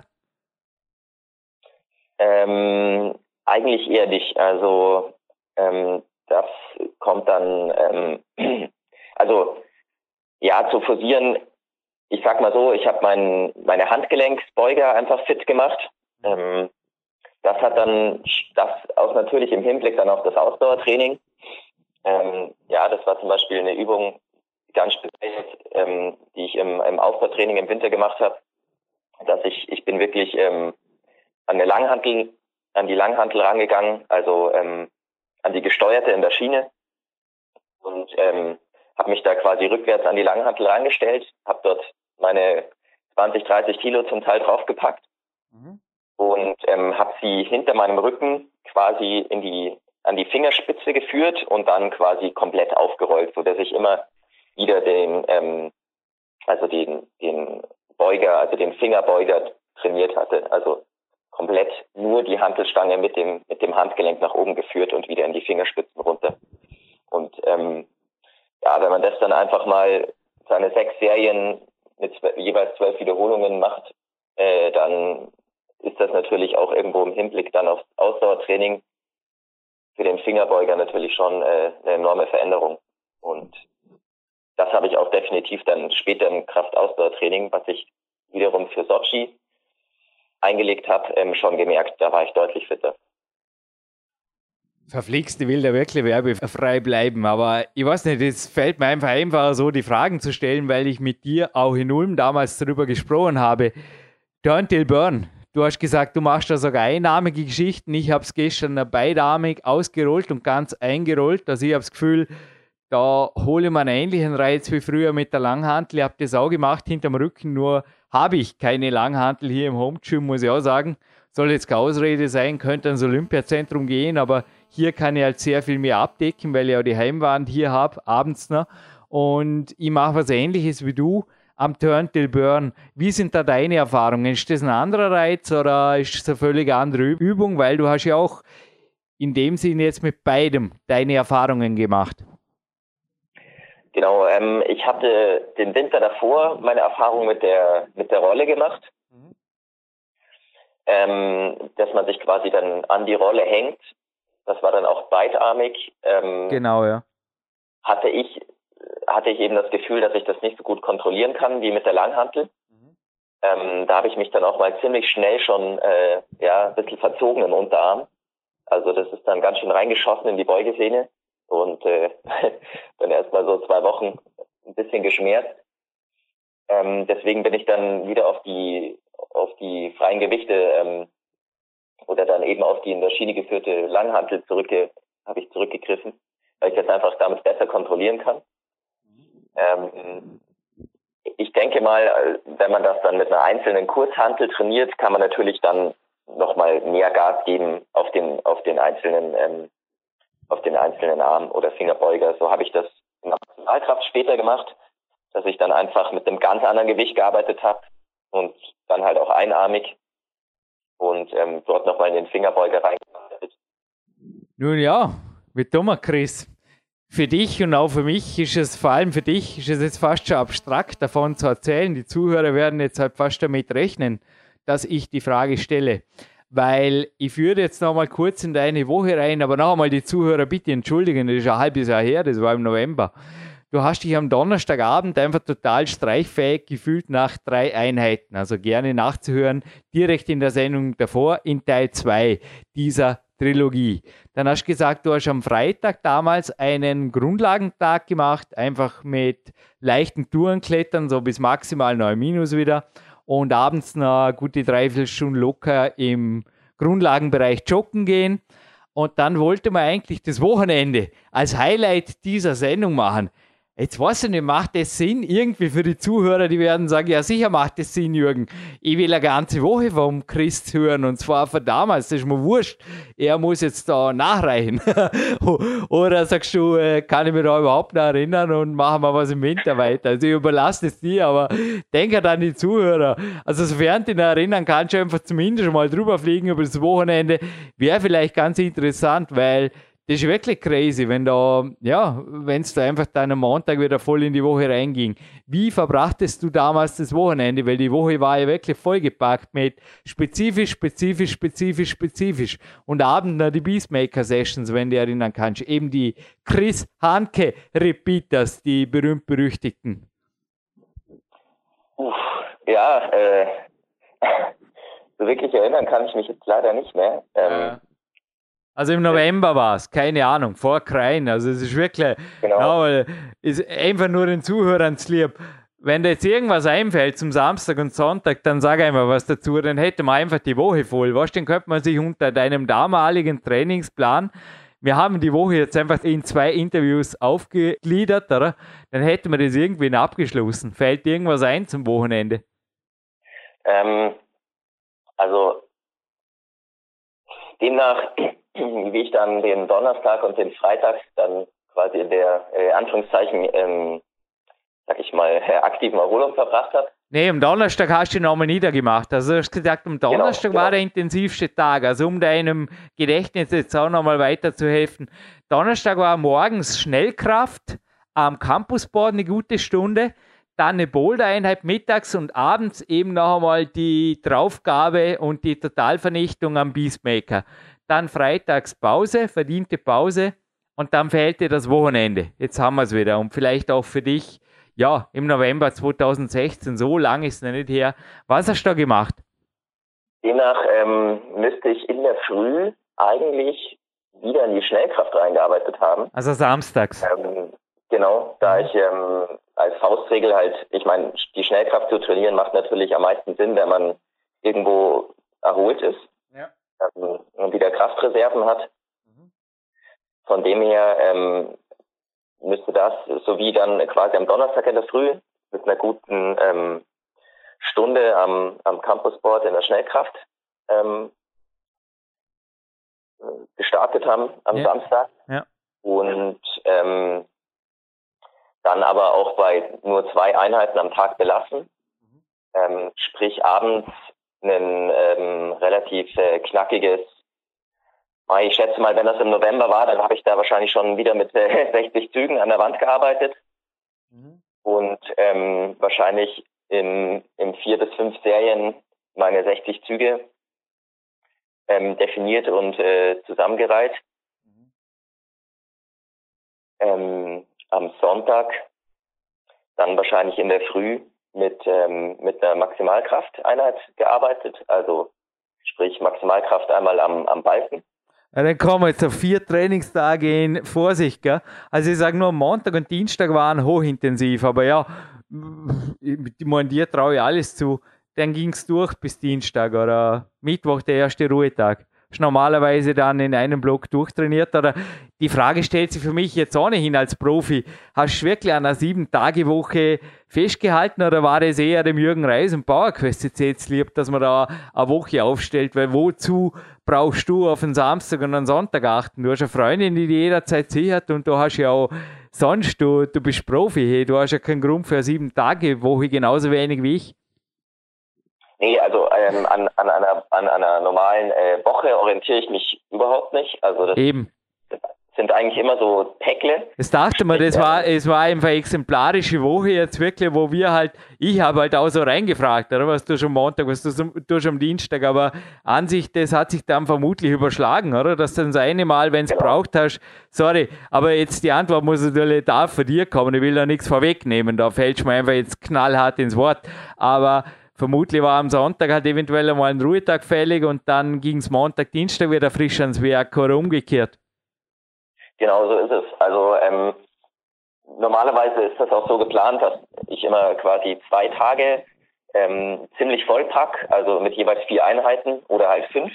Ähm, eigentlich eher nicht. Also ähm, das kommt dann, ähm, also ja, zu forcieren, ich sag mal so, ich habe mein, meine Handgelenksbeuger einfach fit gemacht. Ähm, das hat dann, das aus natürlich im Hinblick dann auf das Ausdauertraining. Ähm, ja, das war zum Beispiel eine Übung, ganz speziell, ähm, die ich im, im Ausdauertraining im Winter gemacht habe, dass ich, ich bin wirklich ähm, an der Langhantel, an die Langhantel rangegangen, also ähm, an die gesteuerte in der Schiene und ähm, habe mich da quasi rückwärts an die Langhantel rangestellt, habe dort meine zwanzig, dreißig Kilo zum Teil draufgepackt mhm. und ähm, habe sie hinter meinem Rücken quasi in die an die Fingerspitze geführt und dann quasi komplett aufgerollt, so dass ich immer wieder den, ähm, also den, den Beuger, also den Fingerbeuger trainiert hatte. Also komplett nur die Hantelstange mit dem, mit dem Handgelenk nach oben geführt und wieder in die Fingerspitzen runter. Und ähm, ja, wenn man das dann einfach mal seine sechs Serien mit zwe- jeweils zwölf Wiederholungen macht, äh, dann ist das natürlich auch irgendwo im Hinblick dann aufs Ausdauertraining für den Fingerbeuger natürlich schon äh, eine enorme Veränderung. Und das habe ich auch definitiv dann später im Kraftausdauertraining, was ich wiederum für Sochi eingelegt habe, ähm, schon gemerkt. Da war ich deutlich fitter. Verflixt, ich will da wirklich werbefrei bleiben, aber ich weiß nicht, es fällt mir einfach einfacher so, die Fragen zu stellen, weil ich mit dir auch in Ulm damals darüber gesprochen habe. Turn till Burn. Du hast gesagt, du machst da sogar einarmige Geschichten. Ich habe es gestern beidarmig ausgerollt und ganz eingerollt. Also ich habe das Gefühl, da hole ich mir einen ähnlichen Reiz wie früher mit der Langhantel. Ich habe das auch gemacht hinterm Rücken, nur habe ich keine Langhantel hier im Home Gym, muss ich auch sagen. Soll jetzt keine Ausrede sein, könnte ins Olympiazentrum gehen, aber hier kann ich halt sehr viel mehr abdecken, weil ich auch die Heimwand hier habe, abends noch. Und ich mache was Ähnliches wie du am Turn till Burn. Wie sind da deine Erfahrungen? Ist das ein anderer Reiz oder ist das eine völlig andere Übung? Weil du hast ja auch in dem Sinne jetzt mit beidem deine Erfahrungen gemacht? Genau, ähm, ich hatte den Winter davor meine Erfahrung mit der mit der Rolle gemacht, mhm. ähm, dass man sich quasi dann an die Rolle hängt. Das war dann auch beidarmig. Ähm, genau, ja. Hatte ich hatte ich eben das Gefühl, dass ich das nicht so gut kontrollieren kann wie mit der Langhantel. Mhm. Ähm, da habe ich mich dann auch mal ziemlich schnell schon äh, ja ein bisschen verzogen im Unterarm. Also das ist dann ganz schön reingeschossen in die Beugesehne. Und äh, dann erstmal so zwei Wochen ein bisschen geschmerzt. Ähm, deswegen bin ich dann wieder auf die auf die freien Gewichte ähm, oder dann eben auf die in der Schiene geführte Langhantel zurückge habe ich zurückgegriffen, weil ich das einfach damit besser kontrollieren kann. Ähm, ich denke mal, wenn man das dann mit einer einzelnen Kurzhantel trainiert, kann man natürlich dann nochmal mehr Gas geben auf den auf den einzelnen ähm, auf den einzelnen Arm- oder Fingerbeuger. So habe ich das in der Maximalkraft später gemacht, dass ich dann einfach mit einem ganz anderen Gewicht gearbeitet habe und dann halt auch einarmig und ähm, dort nochmal in den Fingerbeuger reingearbeitet. Nun ja, wie tun wir, Chris? Für dich und auch für mich ist es, vor allem für dich, ist es jetzt fast schon abstrakt davon zu erzählen. Die Zuhörer werden jetzt halt fast damit rechnen, dass ich die Frage stelle. Weil ich führe jetzt noch mal kurz in deine Woche rein, aber noch einmal die Zuhörer bitte entschuldigen, das ist ein halbes Jahr her, das war im November. Du hast dich am Donnerstagabend einfach total streichfähig gefühlt nach drei Einheiten, also gerne nachzuhören, direkt in der Sendung davor, in Teil zwei dieser Trilogie. Dann hast du gesagt, du hast am Freitag damals einen Grundlagentag gemacht, einfach mit leichten Tourenklettern, so bis maximal neun Minus wieder. Und abends noch eine gute Dreiviertelstunde locker im Grundlagenbereich joggen gehen. Und dann wollte man eigentlich das Wochenende als Highlight dieser Sendung machen. Jetzt weiß ich nicht, macht das Sinn? Irgendwie für die Zuhörer, die werden sagen, ja sicher macht das Sinn, Jürgen. Ich will eine ganze Woche vom Christ hören und zwar von damals, das ist mir wurscht. Er muss jetzt da nachreichen. Oder sagst du, kann ich mich da überhaupt noch erinnern und machen wir was im Winter weiter? Also ich überlasse es dir, aber denke an die Zuhörer. Also sofern du dich noch erinnern kannst, du einfach zumindest mal drüber fliegen über das Wochenende. Wäre vielleicht ganz interessant, weil das ist wirklich crazy, wenn da, ja, wenn es da einfach dann am Montag wieder voll in die Woche reinging. Wie verbrachtest du damals das Wochenende? Weil die Woche war ja wirklich vollgepackt mit spezifisch, spezifisch, spezifisch, spezifisch. Und abends noch die Beastmaker-Sessions, wenn du dich erinnern kannst. Eben die Chris Hanke-Repeaters, die berühmt-berüchtigten. Uff, ja, äh, so wirklich erinnern kann ich mich jetzt leider nicht mehr. Ähm, ja. Also im November war es, keine Ahnung, vor Krein. Also es ist wirklich, genau. Ja, ist einfach nur den Zuhörern zu lieb. Wenn dir jetzt irgendwas einfällt zum Samstag und Sonntag, dann sag einfach was dazu, dann hätte man einfach die Woche voll. Weißt, dann könnte man sich unter deinem damaligen Trainingsplan, wir haben die Woche jetzt einfach in zwei Interviews aufgegliedert, oder? Dann hätte man das irgendwie abgeschlossen. Fällt dir irgendwas ein zum Wochenende? Ähm, also demnach, wie ich dann den Donnerstag und den Freitag dann quasi in der äh, Anführungszeichen, ähm, sag ich mal, äh, aktiven Erholung verbracht habe. Nee, am Donnerstag hast du ihn nochmal niedergemacht. Also du hast gesagt, am Donnerstag genau, war genau. der intensivste Tag. Also um deinem Gedächtnis jetzt auch nochmal weiterzuhelfen. Donnerstag war morgens Schnellkraft am Campusboard eine gute Stunde. Dann eine Boulder-Einheit mittags und abends eben noch einmal die Draufgabe und die Totalvernichtung am Beastmaker. Dann freitags Pause, verdiente Pause und dann fehlte das Wochenende. Jetzt haben wir es wieder und vielleicht auch für dich, ja, im November zweitausendsechzehn, so lange ist es noch nicht her. Was hast du da gemacht? Demnach ähm, müsste ich in der Früh eigentlich wieder in die Schnellkraft reingearbeitet haben. Also samstags. Ähm, genau, da ich ähm, als Faustregel halt, ich meine, die Schnellkraft zu trainieren macht natürlich am meisten Sinn, wenn man irgendwo erholt ist. Ja. Ähm, und wieder Kraftreserven hat. Mhm. Von dem her ähm, müsste das, sowie dann quasi am Donnerstag in der Früh mit einer guten ähm, Stunde am, am Campusboard in der Schnellkraft ähm, gestartet haben am ja. Samstag. Ja. Und ähm, dann aber auch bei nur zwei Einheiten am Tag belassen. Mhm. Ähm, sprich abends ein ähm, relativ äh, knackiges Ich schätze mal, wenn das im November war, dann habe ich da wahrscheinlich schon wieder mit äh, sechzig Zügen an der Wand gearbeitet. Mhm. Und ähm, wahrscheinlich in, in vier bis fünf Serien meine sechzig Züge ähm, definiert und äh, zusammengereiht. Mhm. Ähm, am Sonntag dann wahrscheinlich in der Früh mit, ähm, mit einer Maximalkrafteinheit gearbeitet. Also sprich Maximalkraft einmal am, am Balken. Ja, dann kommen wir jetzt auf vier Trainingstage in Vorsicht, gell? Also ich sage nur, Montag und Dienstag waren hochintensiv, aber ja, ich meine, dir traue ich alles zu. Dann ging es durch bis Dienstag oder Mittwoch, der erste Ruhetag. Ist normalerweise dann in einem Block durchtrainiert, oder die Frage stellt sich für mich jetzt ohnehin als Profi, hast du wirklich an einer sieben-Tage-Woche festgehalten oder war das eher dem Jürgen Reis und PowerQuest jetzt lieb, dass man da eine Woche aufstellt, weil wozu brauchst du auf einen Samstag und einen Sonntag achten? Du hast eine Freundin, die dich jederzeit sichert und du hast ja auch sonst, du, du bist Profi, hey, du hast ja keinen Grund für eine sieben-Tage-Woche, genauso wenig wie ich. Nee, also ähm, an, an, einer, an einer normalen äh, Woche orientiere ich mich überhaupt nicht. Also das Eben. sind eigentlich immer so Päckle. Das dachte man, das war, es war einfach eine exemplarische Woche jetzt wirklich, wo wir halt, ich habe halt auch so reingefragt, oder was du schon am Montag, was du tust am Dienstag, aber an sich, das hat sich dann vermutlich überschlagen, oder? Dass du dann das eine Mal, wenn es genau. braucht hast, sorry, aber jetzt die Antwort muss natürlich da von dir kommen, ich will da nichts vorwegnehmen, da fällst du mir einfach jetzt knallhart ins Wort, aber vermutlich war am Sonntag halt eventuell einmal ein Ruhetag fällig und dann ging es Montag, Dienstag wieder frisch ans Werk oder umgekehrt. Genau so ist es. Also ähm, normalerweise ist das auch so geplant, dass ich immer quasi zwei Tage ähm, ziemlich voll pack, also mit jeweils vier Einheiten oder halt fünf.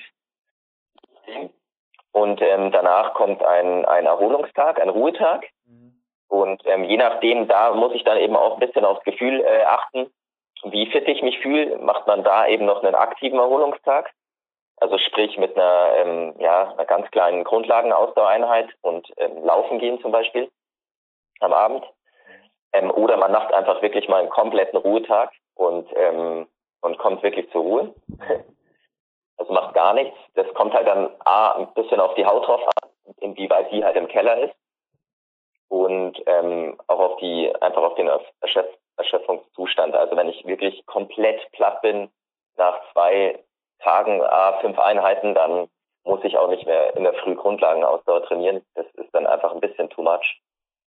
Und ähm, danach kommt ein, ein Erholungstag, ein Ruhetag. Mhm. Und ähm, je nachdem, da muss ich dann eben auch ein bisschen aufs Gefühl äh, achten, wie fit ich mich fühle, macht man da eben noch einen aktiven Erholungstag. Also sprich mit einer, ähm, ja, einer ganz kleinen Grundlagenausdauereinheit und ähm, Laufen gehen zum Beispiel am Abend. Ähm, oder man macht einfach wirklich mal einen kompletten Ruhetag und, ähm, und kommt wirklich zur Ruhe. Also macht gar nichts. Das kommt halt dann A, ein bisschen auf die Haut drauf an, inwieweit die halt im Keller ist. Und ähm, auch auf die, einfach auf den Erschöpf Erschöpfungszustand. Also wenn ich wirklich komplett platt bin nach zwei Tagen, a fünf Einheiten, dann muss ich auch nicht mehr in der Früh Grundlagenausdauer trainieren. Das ist dann einfach ein bisschen too much.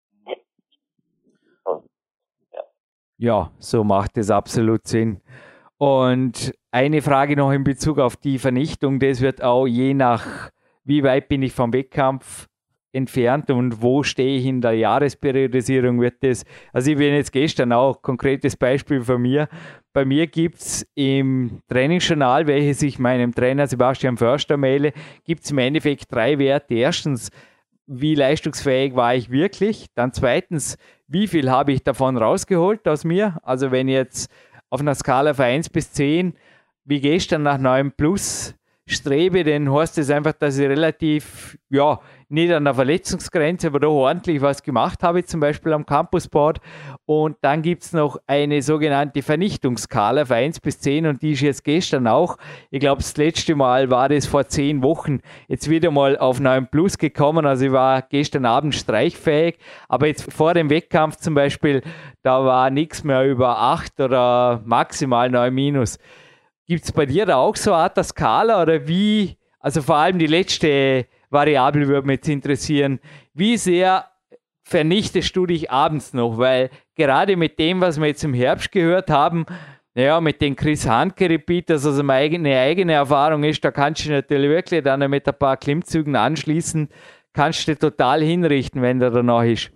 Und, ja. ja, so macht es absolut Sinn. Und eine Frage noch in Bezug auf die Vernichtung, das wird auch je nach, wie weit bin ich vom Wettkampf entfernt und wo stehe ich in der Jahresperiodisierung, wird das, also ich bin jetzt gestern auch, konkretes Beispiel von mir, bei mir gibt es im Trainingsjournal, welches ich meinem Trainer Sebastian Förster maile, gibt es im Endeffekt drei Werte. Erstens, wie leistungsfähig war ich wirklich? Dann zweitens, wie viel habe ich davon rausgeholt aus mir? Also wenn ich jetzt auf einer Skala von eins bis zehn, wie gestern nach neun plus strebe, dann heißt es einfach, dass ich relativ, ja, nicht an der Verletzungsgrenze, aber doch ordentlich was gemacht habe, zum Beispiel am Campusboard. Und dann gibt es noch eine sogenannte Vernichtungsskala von eins bis zehn und die ist jetzt gestern auch. Ich glaube, das letzte Mal war das vor zehn Wochen jetzt wieder mal auf neun plus gekommen. Also ich war gestern Abend streichfähig, aber jetzt vor dem Wettkampf zum Beispiel, da war nichts mehr über acht oder maximal neun minus. Gibt es bei dir da auch so eine Art der Skala oder wie, also vor allem die letzte Variable würde mich jetzt interessieren, wie sehr vernichtest du dich abends noch? Weil gerade mit dem, was wir jetzt im Herbst gehört haben, naja, mit den Chris Handke-Repeaters, also meine eigene Erfahrung ist, da kannst du natürlich wirklich dann mit ein paar Klimmzügen anschließen, kannst du total hinrichten, wenn der danach ist.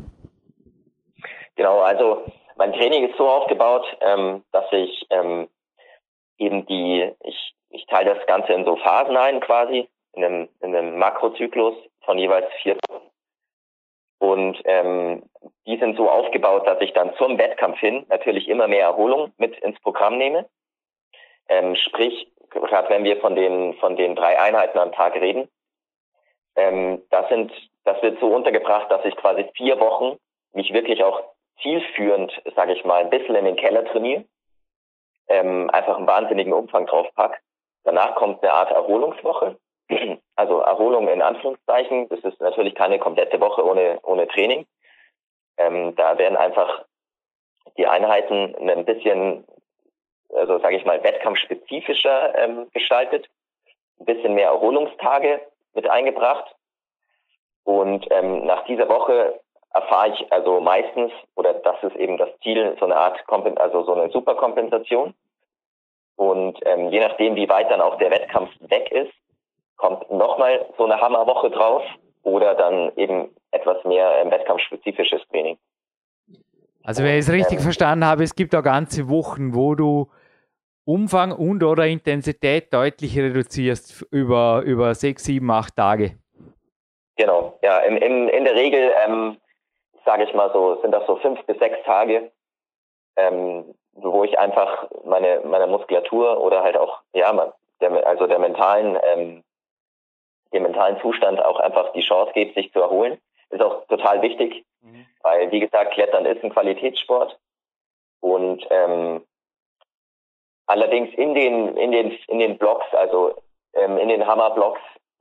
Genau, also mein Training ist so aufgebaut, ähm, dass ich ähm, eben die, ich, ich teile das Ganze in so Phasen ein quasi, in einem, in einem Makrozyklus von jeweils vier Wochen. Und ähm, die sind so aufgebaut, dass ich dann zum Wettkampf hin natürlich immer mehr Erholung mit ins Programm nehme. Ähm, sprich, gerade wenn wir von den von den drei Einheiten am Tag reden, ähm, das sind, das wird so untergebracht, dass ich quasi vier Wochen mich wirklich auch zielführend, sage ich mal, ein bisschen in den Keller trainiere, ähm, einfach einen wahnsinnigen Umfang drauf pack. Danach kommt eine Art Erholungswoche, also Erholung in Anführungszeichen. Das ist natürlich keine komplette Woche ohne, ohne Training. Ähm, da werden einfach die Einheiten ein bisschen, also sage ich mal, wettkampfspezifischer ähm, gestaltet. Ein bisschen mehr Erholungstage mit eingebracht. Und ähm, nach dieser Woche erfahre ich also meistens, oder das ist eben das Ziel, so eine Art, Kompen- also so eine Superkompensation. Und ähm, je nachdem, wie weit dann auch der Wettkampf weg ist, kommt nochmal so eine Hammerwoche drauf oder dann eben etwas mehr ähm, wettkampfspezifisches Training. Also wenn ich es richtig ähm, verstanden habe, es gibt auch ganze Wochen, wo du Umfang und oder Intensität deutlich reduzierst über, über sechs, sieben, acht Tage. Genau, ja, in, in, in der Regel, ähm, sage ich mal so, sind das so fünf bis sechs Tage, ähm, wo ich einfach meine meine Muskulatur oder halt auch, ja, der, also der mentalen, ähm, dem mentalen Zustand auch einfach die Chance gebe, sich zu erholen. Ist auch total wichtig, mhm. weil, wie gesagt, Klettern ist ein Qualitätssport und ähm, allerdings in den in den in den Blocks, also ähm, in den Hammerblocks,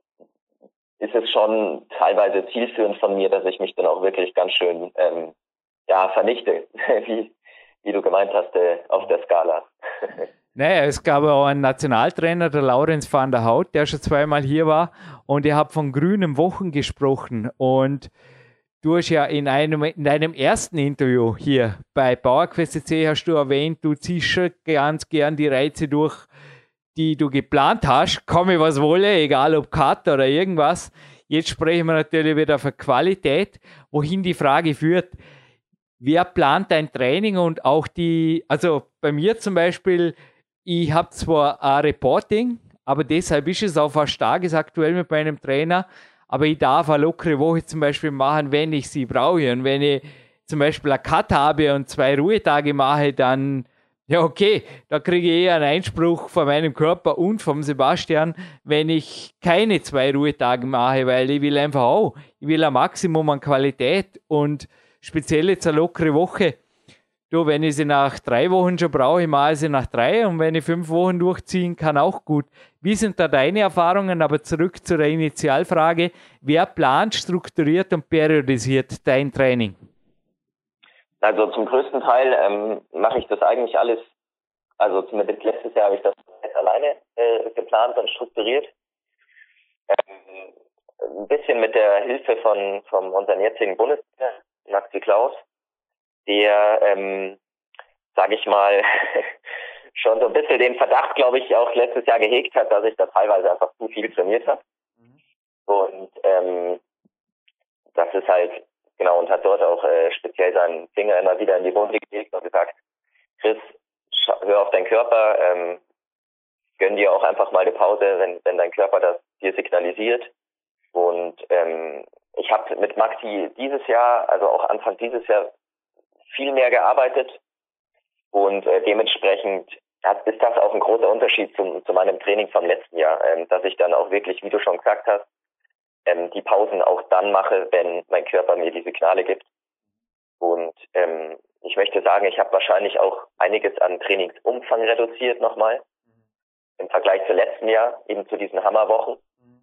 ist es schon teilweise zielführend von mir, dass ich mich dann auch wirklich ganz schön ähm, ja vernichte, wie wie du gemeint hast, äh, auf der Skala. Naja, es gab auch einen Nationaltrainer, der Laurenz van der Hout, der schon zweimal hier war und ihr habt von grünen Wochen gesprochen und du hast ja in einem, in deinem ersten Interview hier bei PowerQuest C C hast du erwähnt, du ziehst schon ganz gern die Reize durch, die du geplant hast, komme was wolle, egal ob Cut oder irgendwas. Jetzt sprechen wir natürlich wieder von Qualität, wohin die Frage führt, wer plant dein Training und auch die, also bei mir zum Beispiel, ich habe zwar ein Reporting, aber deshalb ist es auch fast tagesaktuell mit meinem Trainer, aber ich darf eine lockere Woche zum Beispiel machen, wenn ich sie brauche. Und wenn ich zum Beispiel einen Cut habe und zwei Ruhetage mache, dann ja, okay, da kriege ich eher einen Einspruch von meinem Körper und vom Sebastian, wenn ich keine zwei Ruhetage mache, weil ich will einfach auch, ich will ein Maximum an Qualität und speziell jetzt eine lockere Woche. Du, wenn ich sie nach drei Wochen schon brauche, mache ich sie nach drei und wenn ich fünf Wochen durchziehen kann, auch gut. Wie sind da deine Erfahrungen? Aber zurück zu der Initialfrage, wer plant, strukturiert und periodisiert dein Training? Also zum größten Teil ähm, mache ich das eigentlich alles, also zumindest letztes Jahr habe ich das alleine äh, geplant und strukturiert. Ähm, ein bisschen mit der Hilfe von, von unserem jetzigen Bundestrainer, Maxi Klaus, der, ähm, sage ich mal, schon so ein bisschen den Verdacht, glaube ich, auch letztes Jahr gehegt hat, dass ich da teilweise einfach zu viel trainiert habe. Mhm. Und ähm, das ist halt, genau, und hat dort auch äh, speziell seinen Finger immer wieder in die Wunde gelegt und gesagt, Chris, hör auf deinen Körper, ähm, gönn dir auch einfach mal eine Pause, wenn, wenn dein Körper das dir signalisiert. Und ähm, ich habe mit Maxi dieses Jahr, also auch Anfang dieses Jahr, viel mehr gearbeitet und äh, dementsprechend hat, ist das auch ein großer Unterschied zum, zu meinem Training vom letzten Jahr, ähm, dass ich dann auch wirklich, wie du schon gesagt hast, ähm, die Pausen auch dann mache, wenn mein Körper mir die Signale gibt. Und ähm, ich möchte sagen, ich habe wahrscheinlich auch einiges an Trainingsumfang reduziert nochmal im Vergleich zu letzten Jahr, eben zu diesen Hammerwochen,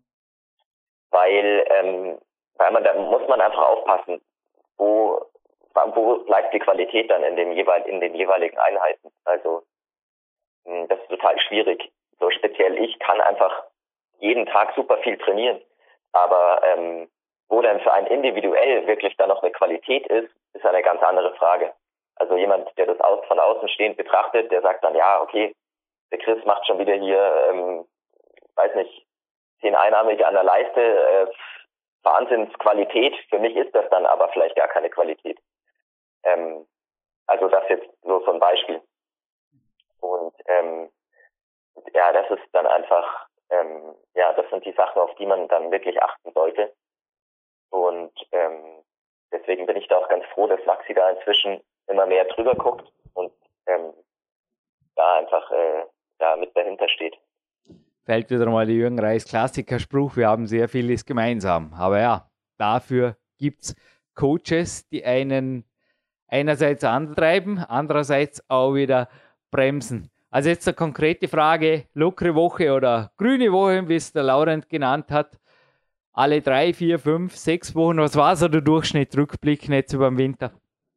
weil ähm, weil man da muss man einfach aufpassen, wo wo bleibt die Qualität dann in den jeweil in den jeweiligen Einheiten. Also das ist total schwierig. So speziell ich kann einfach jeden Tag super viel trainieren, aber ähm, wo dann für einen individuell wirklich dann noch eine Qualität ist, ist eine ganz andere Frage. Also jemand, der das aus, von außen stehend betrachtet, der sagt dann, ja, okay, der Chris macht schon wieder hier, ähm, weiß nicht, zehn Einarmige an der Leiste, äh, Wahnsinnsqualität. Für mich ist das dann aber vielleicht gar keine Qualität. Ähm, also das jetzt so so ein Beispiel. Und ähm, ja, das ist dann einfach, ähm, ja, das sind die Sachen, auf die man dann wirklich achten sollte. Und ähm, deswegen bin ich da auch ganz froh, dass Maxi da inzwischen immer mehr drüber guckt und ähm, da einfach äh, da mit dahinter steht. Fällt wieder mal der Jürgen Reis Klassikerspruch, wir haben sehr vieles gemeinsam. Aber ja, dafür gibt es Coaches, die einen einerseits antreiben, andererseits auch wieder bremsen. Also jetzt eine konkrete Frage, lockere Woche oder grüne Woche, wie es der Laurent genannt hat. Alle drei, vier, fünf, sechs Wochen, was war so der Durchschnitt, rückblickend jetzt über den Winter?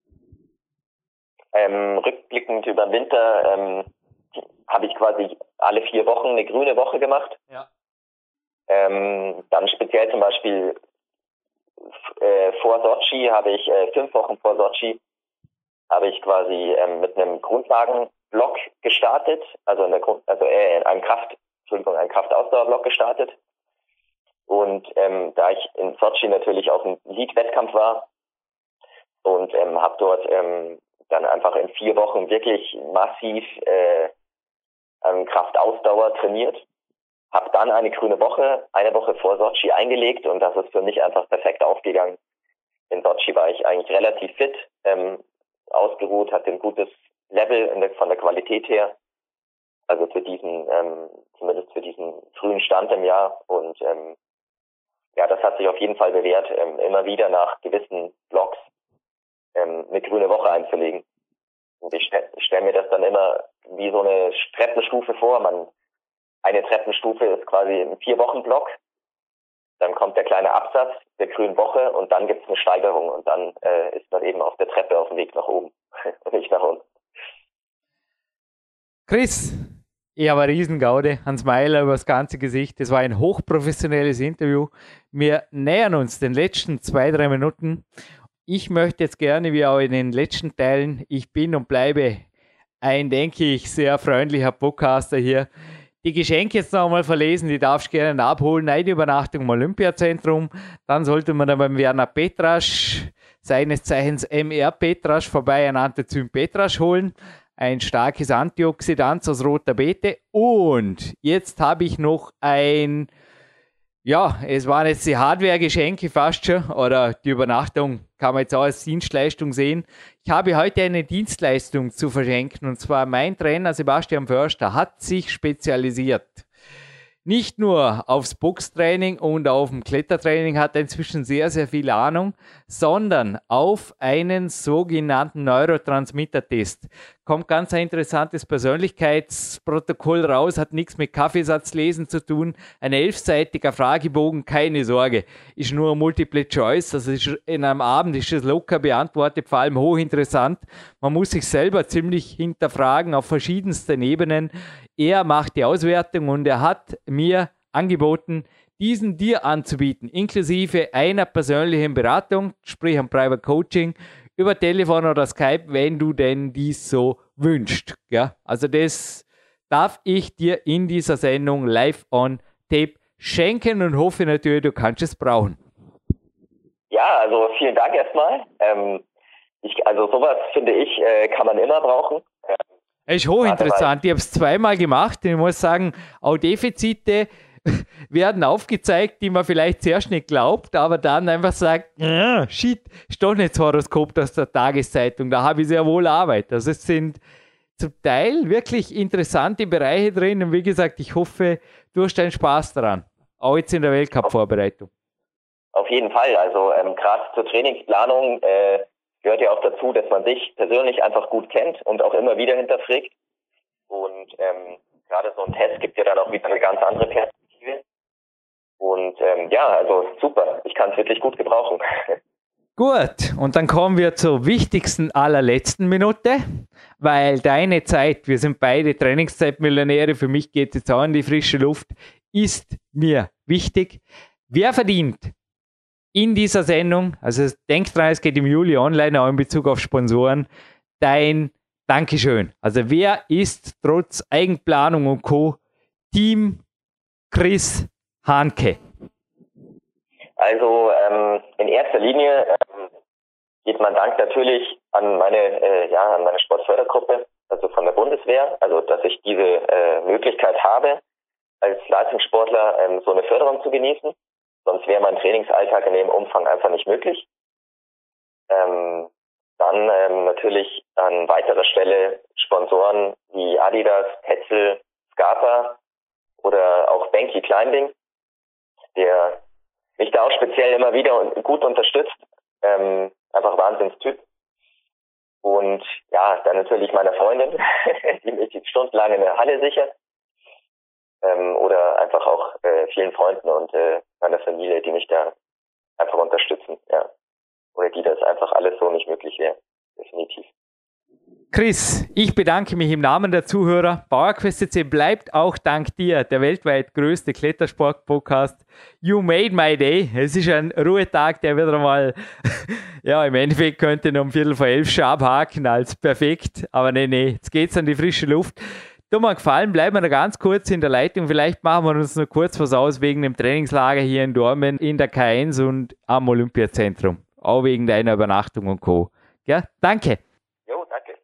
Ähm, rückblickend über den Winter ähm, habe ich quasi alle vier Wochen eine grüne Woche gemacht. Ja. Ähm, dann speziell zum Beispiel äh, vor Sochi habe ich, äh, fünf Wochen vor Sochi, habe ich quasi ähm, mit einem Grundlagenblock gestartet, also in der Grund, also äh, in einem Kraft, Entschuldigung, einem Kraftausdauerblock gestartet. Und ähm, da ich in Sochi natürlich auf dem Lead-Wettkampf war und ähm, habe dort ähm, dann einfach in vier Wochen wirklich massiv äh, an Kraftausdauer trainiert, habe dann eine grüne Woche, eine Woche vor Sochi eingelegt und das ist für mich einfach perfekt aufgegangen. In Sochi war ich eigentlich relativ fit, ähm, ausgeruht, hatte ein gutes Level in der, von der Qualität her, also für diesen, ähm, zumindest für diesen frühen Stand im Jahr und ähm, ja, das hat sich auf jeden Fall bewährt, ähm, immer wieder nach gewissen Blocks ähm, eine grüne Woche einzulegen. Und ich stelle stell mir das dann immer wie so eine Treppenstufe vor. Man, eine Treppenstufe ist quasi ein Vier-Wochen-Block. Dann kommt der kleine Absatz der grünen Woche und dann gibt es eine Steigerung und dann äh, ist man eben auf der Treppe auf dem Weg nach oben und nicht nach unten. Chris, ich habe eine Riesengaude, ein Smile über das ganze Gesicht. Das war ein hochprofessionelles Interview. Wir nähern uns den letzten zwei, drei Minuten. Ich möchte jetzt gerne, wie auch in den letzten Teilen, ich bin und bleibe ein, denke ich, sehr freundlicher Podcaster hier. Die Geschenke jetzt noch einmal verlesen, die darfst du gerne abholen. Eine Übernachtung im Olympiazentrum. Dann sollte man dann beim Werner Petrasch, seines Zeichens M R Petrasch, vorbei ein Antizym Petrasch holen. Ein starkes Antioxidant aus roter Beete. Und jetzt habe ich noch ein, ja, es waren jetzt die Hardware-Geschenke fast schon, oder die Übernachtung kann man jetzt auch als Dienstleistung sehen. Ich habe heute eine Dienstleistung zu verschenken und zwar mein Trainer Sebastian Förster hat sich spezialisiert. Nicht nur aufs Boxtraining und auf dem Klettertraining hat er inzwischen sehr, sehr viel Ahnung, sondern auf einen sogenannten Neurotransmitter-Test. Kommt ganz ein interessantes Persönlichkeitsprotokoll raus, hat nichts mit Kaffeesatzlesen zu tun. Ein elfseitiger Fragebogen, keine Sorge, ist nur Multiple Choice, also ist in einem Abend ist es locker beantwortet, vor allem hochinteressant. Man muss sich selber ziemlich hinterfragen auf verschiedensten Ebenen. Er macht die Auswertung und er hat mir angeboten, diesen dir anzubieten, inklusive einer persönlichen Beratung, sprich ein Private Coaching, über Telefon oder Skype, wenn du denn dies so wünschst. Ja? Also das darf ich dir in dieser Sendung live on tape schenken und hoffe natürlich, du kannst es brauchen. Ja, also vielen Dank erstmal. Ähm, ich, also sowas, finde ich, äh, kann man immer brauchen. Es ist hochinteressant. Ich habe es zweimal gemacht und ich muss sagen, auch Defizite werden aufgezeigt, die man vielleicht zuerst nicht glaubt, aber dann einfach sagt, ja, shit, ist doch nicht das Horoskop aus der Tageszeitung, da habe ich sehr wohl Arbeit. Also es sind zum Teil wirklich interessante Bereiche drin und wie gesagt, ich hoffe, du hast deinen Spaß daran, auch jetzt in der Weltcup-Vorbereitung. Auf jeden Fall, also ähm, gerade zur Trainingsplanung äh, gehört ja auch dazu, dass man sich persönlich einfach gut kennt und auch immer wieder hinterfragt und ähm, gerade so ein Test gibt ja dann auch wieder eine ganz andere Perspektive. Und ähm, ja, also super. Ich kann es wirklich gut gebrauchen. Gut, und dann kommen wir zur wichtigsten allerletzten Minute, weil deine Zeit, wir sind beide Trainingszeitmillionäre, für mich geht es auch in die frische Luft, ist mir wichtig. Wer verdient in dieser Sendung, also denk dran, es geht im Juli online, auch in Bezug auf Sponsoren, dein Dankeschön. Also wer ist trotz Eigenplanung und Co. Team Chris Hahnke? Also ähm, in erster Linie ähm, geht mein Dank natürlich an meine, äh, ja, an meine Sportfördergruppe, also von der Bundeswehr, also dass ich diese äh, Möglichkeit habe, als Leistungssportler ähm, so eine Förderung zu genießen. Sonst wäre mein Trainingsalltag in dem Umfang einfach nicht möglich. Ähm, dann ähm, natürlich an weiterer Stelle Sponsoren wie Adidas, Petzl, Scarpa oder auch Benki Kleinding, der mich da auch speziell immer wieder gut unterstützt. Ähm, einfach Wahnsinnstyp. Und ja, dann natürlich meine Freundin, die mich definitiv stundenlang in der Halle sicher. Ähm, oder einfach auch äh, vielen Freunden und äh, meiner Familie, die mich da einfach unterstützen, ja. Oder die das einfach alles so nicht möglich wäre. Definitiv. Chris, ich bedanke mich im Namen der Zuhörer. PowerQuest C C bleibt auch dank dir der weltweit größte Klettersport-Podcast. You made my day. Es ist ein Ruhetag, der wieder mal, ja, im Endeffekt könnte noch um Viertel vor elf schon abhaken als perfekt. Aber nee, nee, jetzt geht's an die frische Luft. Du, mir gefallen, bleiben wir noch ganz kurz in der Leitung. Vielleicht machen wir uns noch kurz was aus wegen dem Trainingslager hier in Dormen, in der K eins und am Olympiazentrum. Auch wegen deiner Übernachtung und Co. Ja, danke. Jo, danke.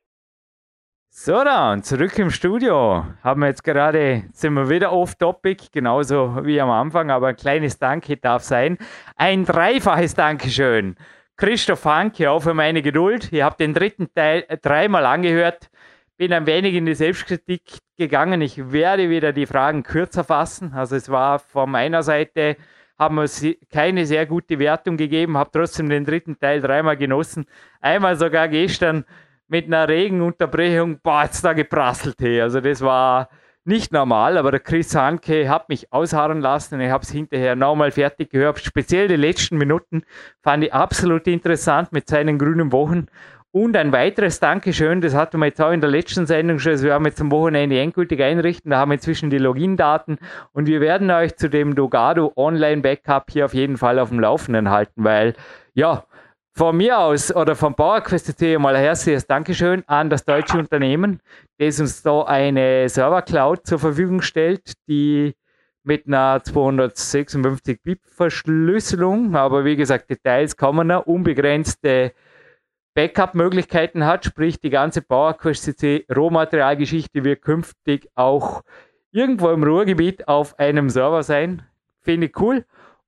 So, dann zurück im Studio. Haben wir jetzt gerade, sind wir wieder off-topic, genauso wie am Anfang, aber ein kleines Danke darf sein. Ein dreifaches Dankeschön. Christoph Hanke, auch für meine Geduld. Ihr habt den dritten Teil dreimal angehört. Bin ein wenig in die Selbstkritik gegangen. Ich werde wieder die Fragen kürzer fassen. Also es war von meiner Seite, haben wir keine sehr gute Wertung gegeben, habe trotzdem den dritten Teil dreimal genossen. Einmal sogar gestern mit einer Regenunterbrechung, boah, hat's da geprasselt. Hey. Also das war nicht normal, aber der Chris Hanke hat mich ausharren lassen und ich habe es hinterher nochmal fertig gehört. Speziell die letzten Minuten fand ich absolut interessant mit seinen grünen Wochen. Und ein weiteres Dankeschön, das hatten wir jetzt auch in der letzten Sendung schon, also wir haben jetzt am Wochenende endgültig einrichten, da haben wir inzwischen die Login-Daten und wir werden euch zu dem Dogado Online-Backup hier auf jeden Fall auf dem Laufenden halten, weil, ja, von mir aus oder von PowerQuest C C mal ein herzliches Dankeschön an das deutsche Unternehmen, das uns da eine Server-Cloud zur Verfügung stellt, die mit einer zweihundertsechsundfünfzig Bit Verschlüsselung, aber wie gesagt, Details kommen noch, unbegrenzte Backup-Möglichkeiten hat, sprich die ganze PowerQuest C C Rohmaterialgeschichte wird künftig auch irgendwo im Ruhrgebiet auf einem Server sein. Finde ich cool.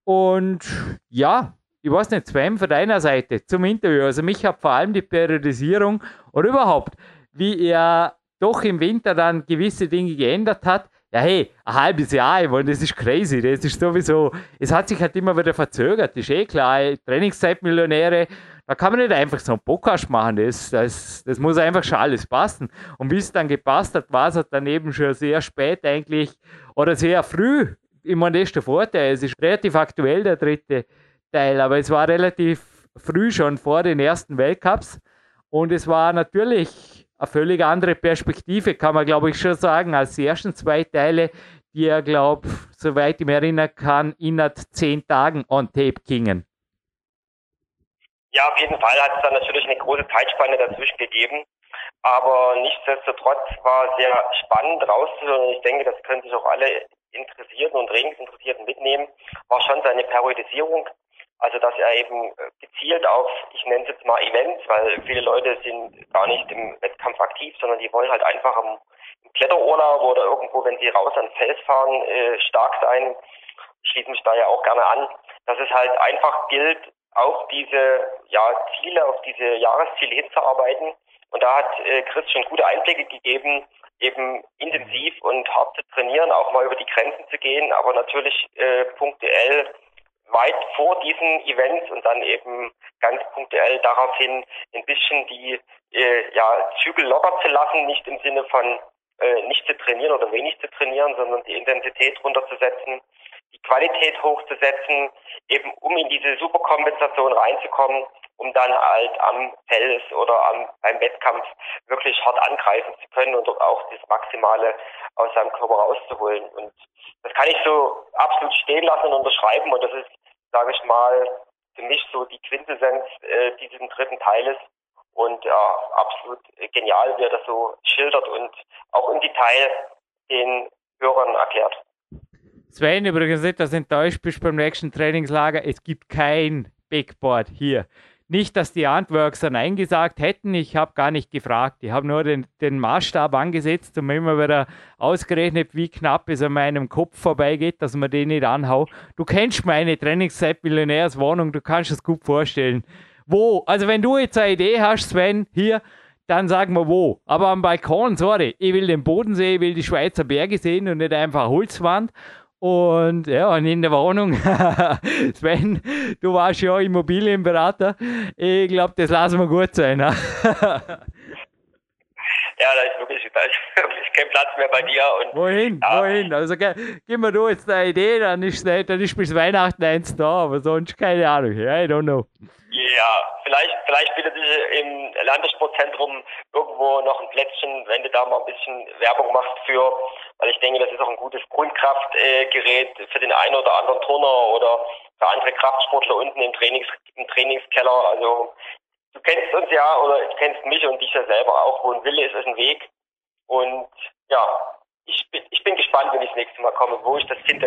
Und ja, ich weiß nicht, Sven, von deiner Seite zum Interview. Also mich hat vor allem die Periodisierung oder überhaupt, wie er doch im Winter dann gewisse Dinge geändert hat. Ja, hey, ein halbes Jahr, ich meine, das ist crazy. Das ist sowieso, es hat sich halt immer wieder verzögert. Das ist eh klar, Trainingszeitmillionäre, da kann man nicht einfach so einen Podcast machen. Das, das, das muss einfach schon alles passen. Und wie es dann gepasst hat, war es halt dann eben schon sehr spät eigentlich oder sehr früh. Ich meine, das ist der Vorteil. Es ist relativ aktuell, der dritte Teil, aber es war relativ früh schon vor den ersten Weltcups. Und es war natürlich eine völlig andere Perspektive, kann man glaube ich schon sagen, als die ersten zwei Teile, die er, glaube ich, soweit ich mich erinnern kann, innerhalb zehn Tagen on Tape gingen. Ja, auf jeden Fall hat es dann natürlich eine große Zeitspanne dazwischen gegeben, aber nichtsdestotrotz war sehr spannend rauszuhören und ich denke, das können sich auch alle Interessierten und Trainingsinteressierten mitnehmen, war schon seine Periodisierung, also dass er eben gezielt auf, ich nenne es jetzt mal Events, weil viele Leute sind gar nicht im Wettkampf aktiv, sondern die wollen halt einfach im, im Kletterurlaub oder irgendwo, wenn sie raus ans Fels fahren, äh, stark sein, schließen mich da ja auch gerne an, dass es halt einfach gilt, auf diese ja, Ziele, auf diese Jahresziele hinzuarbeiten. Und da hat äh, Chris schon gute Einblicke gegeben, eben intensiv und hart zu trainieren, auch mal über die Grenzen zu gehen, aber natürlich äh, punktuell weit vor diesen Events und dann eben ganz punktuell daraufhin ein bisschen die äh, ja, Zügel locker zu lassen, nicht im Sinne von äh, nicht zu trainieren oder wenig zu trainieren, sondern die Intensität runterzusetzen, die Qualität hochzusetzen, eben um in diese Superkompensation reinzukommen, um dann halt am Fels oder am, beim Wettkampf wirklich hart angreifen zu können und dort auch das Maximale aus seinem Körper rauszuholen. Und das kann ich so absolut stehen lassen und unterschreiben und das ist, sage ich mal, für mich so die Quintessenz äh, dieses dritten Teiles und ja, absolut genial, wie er das so schildert und auch im Detail den Hörern erklärt. Sven, übrigens nicht, dass du enttäuscht bist beim nächsten Trainingslager. Es gibt kein Backboard hier. Nicht, dass die Antworks dann Nein gesagt hätten. Ich habe gar nicht gefragt. Ich habe nur den, den Maßstab angesetzt und mir immer wieder ausgerechnet, wie knapp es an meinem Kopf vorbeigeht, dass man den nicht anhaut. Du kennst meine Trainingszeit-Millionärswohnung, du kannst es gut vorstellen. Wo? Also wenn du jetzt eine Idee hast, Sven, hier, dann sagen wir wo. Aber am Balkon, sorry, ich will den Bodensee, ich will die Schweizer Berge sehen und nicht einfach eine Holzwand. Und ja, und in der Wohnung, Sven, du warst ja Immobilienberater. Ich glaube, das lassen wir gut sein. Ne? Ja, da ist wirklich da ist wirklich kein Platz mehr bei dir. Und, wohin, ja, wohin? Also ge- gib mir du jetzt eine Idee, dann ist, dann ist bis Weihnachten eins da, aber sonst keine Ahnung. I don't know. Ja, vielleicht, vielleicht bietet sich im Landessportzentrum irgendwo noch ein Plätzchen, wenn du da mal ein bisschen Werbung machst für, weil ich denke, das ist auch ein gutes Grundkraftgerät für den einen oder anderen Turner oder für andere Kraftsportler unten im Trainings, im Trainingskeller. Also du kennst uns ja, oder du kennst mich und dich ja selber auch. Wo ein Wille ist, ist ein Weg. Und ja, ich bin, ich bin gespannt, wenn ich das nächste Mal komme, wo ich das finde.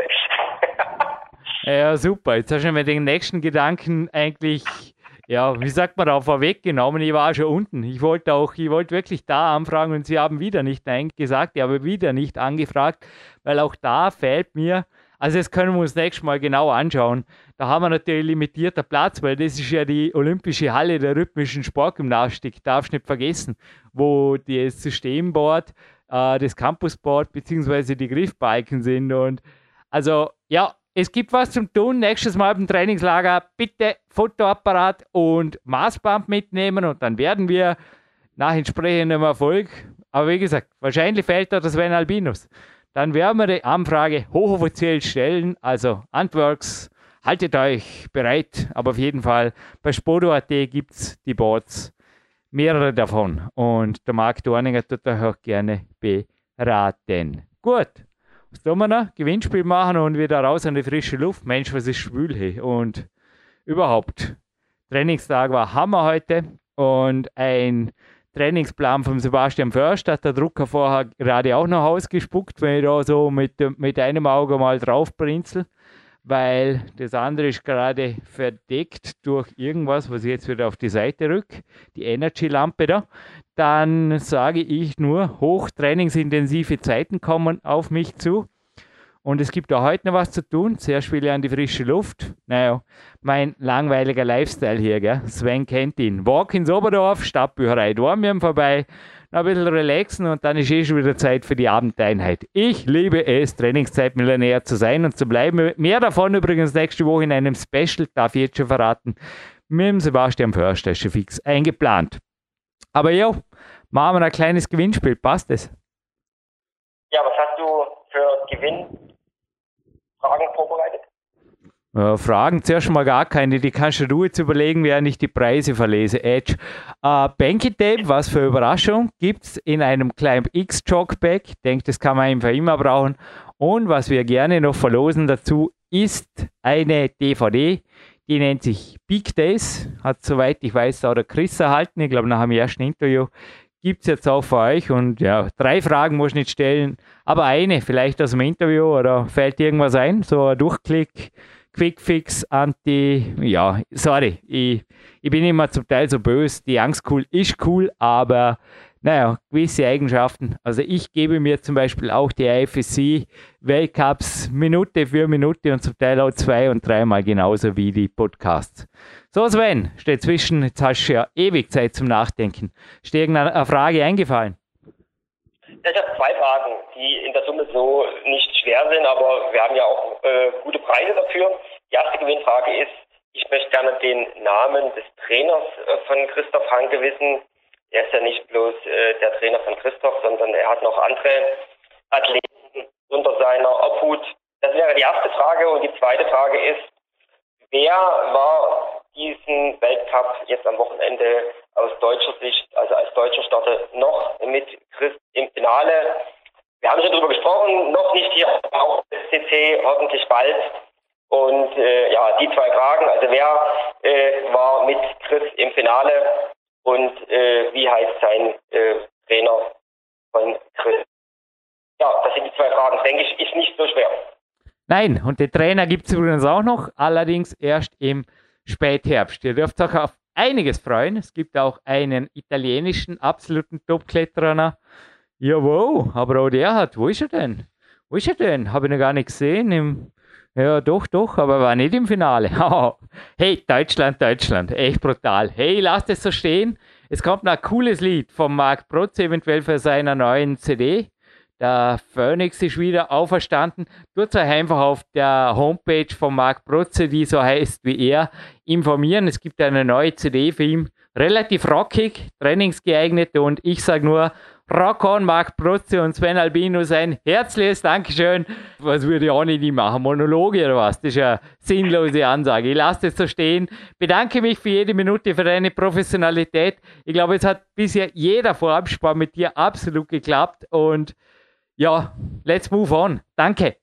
Ja, super. Jetzt hast du mir den nächsten Gedanken eigentlich, ja, wie sagt man, auf den Weg genommen. Ich war schon unten. Ich wollte auch, ich wollte wirklich da anfragen und sie haben wieder nicht Nein gesagt. Ich habe wieder nicht angefragt, weil auch da fehlt mir, also das können wir uns nächstes Mal genau anschauen. Da haben wir natürlich limitierter Platz, weil das ist ja die Olympische Halle der rhythmischen Sportgymnastik, darfst nicht vergessen, wo das Systemboard, äh, das Campusboard bzw. die Griffbalken sind. Und also, ja, es gibt was zum Tun. Nächstes Mal im Trainingslager bitte Fotoapparat und Maßband mitnehmen und dann werden wir nach entsprechendem Erfolg, aber wie gesagt, wahrscheinlich fehlt da das Sven Albinus. Dann werden wir die Anfrage hochoffiziell stellen. Also Antworks, haltet euch bereit. Aber auf jeden Fall bei Spodo Punkt at gibt es die Boards, mehrere davon. Und der Marc Dorninger tut euch auch gerne beraten. Gut. Was tun wir noch? Gewinnspiel machen und wieder raus an die frische Luft. Mensch, was ist schwül hier. Und überhaupt, Trainingstag war Hammer heute. Und ein Trainingsplan von Sebastian Först hat der Drucker vorher gerade auch noch ausgespuckt, wenn ich da so mit, mit einem Auge mal drauf brinzel. Weil das andere ist gerade verdeckt durch irgendwas, was ich jetzt wieder auf die Seite rücke, die Energy-Lampe da. Dann sage ich nur, hochtrainingsintensive Zeiten kommen auf mich zu. Und es gibt auch heute noch was zu tun. Zuerst will ich an die frische Luft. Naja, mein langweiliger Lifestyle hier, gell? Sven kennt ihn. Walk ins Oberdorf, Stadtbücherei Dormien vorbei, noch ein bisschen relaxen und dann ist eh schon wieder Zeit für die Abendeinheit. Ich liebe es, Trainingszeitmillionär zu sein und zu bleiben. Mehr davon übrigens nächste Woche in einem Special, darf ich jetzt schon verraten, mit dem Sebastian Förster, ist schon fix eingeplant. Aber ja, machen wir ein kleines Gewinnspiel, passt es? Ja, was hast du für Gewinnfragen vorbereitet? Ja, Fragen zuerst mal gar keine, die kannst du jetzt überlegen, während ich die Preise verlese. Edge. Äh, Banky Tape, was für Überraschung, gibt es in einem kleinen X-Jog-Bag. Ich denke, das kann man einfach immer brauchen. Und was wir gerne noch verlosen dazu, ist eine D V D, die nennt sich Big Days. Hat, soweit ich weiß, auch der Chris erhalten. Ich glaube, nach dem ersten Interview gibt es jetzt auch für euch. Und ja, drei Fragen muss ich nicht stellen, aber eine, vielleicht aus dem Interview oder fällt irgendwas ein, so ein Durchklick. Quickfix, Anti, ja, sorry, ich, ich bin immer zum Teil so böse, die Angst cool ist cool, aber naja, gewisse Eigenschaften, also ich gebe mir zum Beispiel auch die I F S C Weltcups Minute für Minute und zum Teil auch zwei- und dreimal genauso wie die Podcasts. So Sven, steht zwischen, jetzt hast du ja ewig Zeit zum Nachdenken. Ist dir irgendeine Frage eingefallen? Ich habe zwei Fragen, die in der Summe so nicht schwer sind, aber wir haben ja auch äh, gute Preise dafür. Die erste Gewinnfrage ist, ich möchte gerne den Namen des Trainers äh, von Christoph Hanke wissen. Er ist ja nicht bloß äh, der Trainer von Christoph, sondern er hat noch andere Athleten unter seiner Obhut. Das wäre die erste Frage. Und die zweite Frage ist, wer war diesen Weltcup jetzt am Wochenende aus deutscher Sicht, also als deutscher Starter, noch mit Chris im Finale? Wir haben schon darüber gesprochen, noch nicht hier auf C C, hoffentlich bald. Und äh, ja, die zwei Fragen, also wer äh, war mit Chris im Finale und äh, wie heißt sein äh, Trainer von Chris? Ja, das sind die zwei Fragen, denke ich, ist nicht so schwer. Nein, und den Trainer gibt es übrigens auch noch, allerdings erst im Spätherbst. Ihr dürft euch auf einiges freuen. Es gibt auch einen italienischen absoluten Top-Kletterer. Jawohl, aber auch der hat, wo ist er denn? Wo ist er denn? Habe ich noch gar nicht gesehen. Im, ja, doch, doch, aber war nicht im Finale. Hey, Deutschland, Deutschland, echt brutal. Hey, lasst es so stehen. Es kommt noch ein cooles Lied von Marc Protz, eventuell für seiner neuen C D. Der Phoenix ist wieder auferstanden. Tut euch einfach auf der Homepage von Marc Protze, die so heißt wie er, informieren. Es gibt eine neue C D für ihn. Relativ rockig, trainingsgeeignet und ich sage nur, Rock on, Marc Protze und Sven Albinus, ein herzliches Dankeschön. Was würde ich auch nicht machen? Monologe oder was? Das ist ja eine sinnlose Ansage. Ich lasse das so stehen. Bedanke mich für jede Minute für deine Professionalität. Ich glaube, es hat bisher jeder Vorabspann mit dir absolut geklappt. Und ja, let's move on. Danke.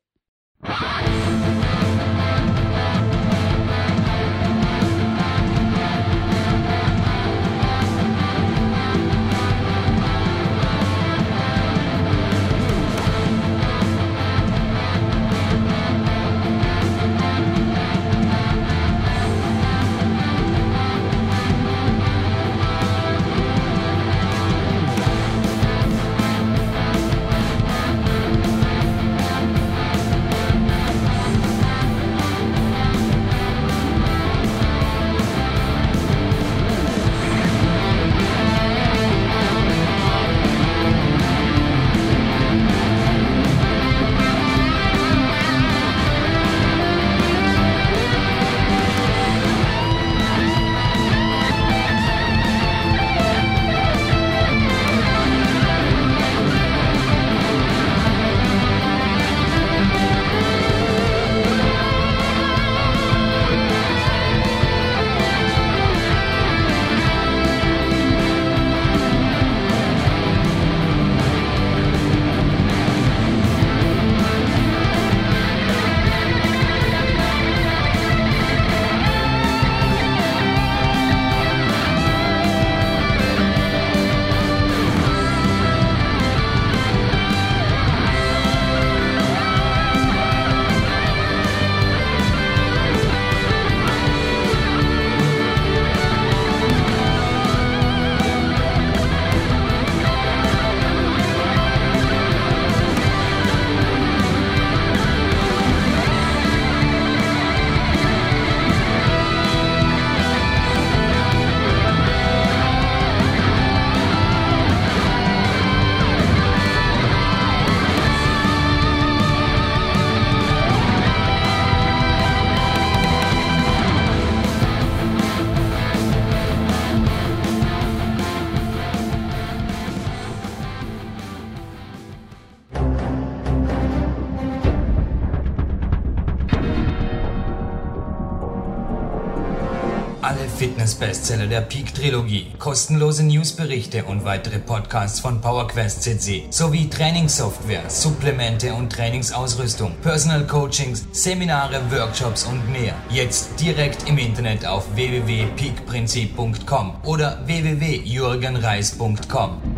Fitness-Bestseller der Peak-Trilogie, kostenlose Newsberichte und weitere Podcasts von PowerQuest C C sowie Trainingssoftware, Supplemente und Trainingsausrüstung, Personal Coachings, Seminare, Workshops und mehr. Jetzt direkt im Internet auf w w w punkt peak prinzip punkt com oder w w w punkt jürgen reis punkt com.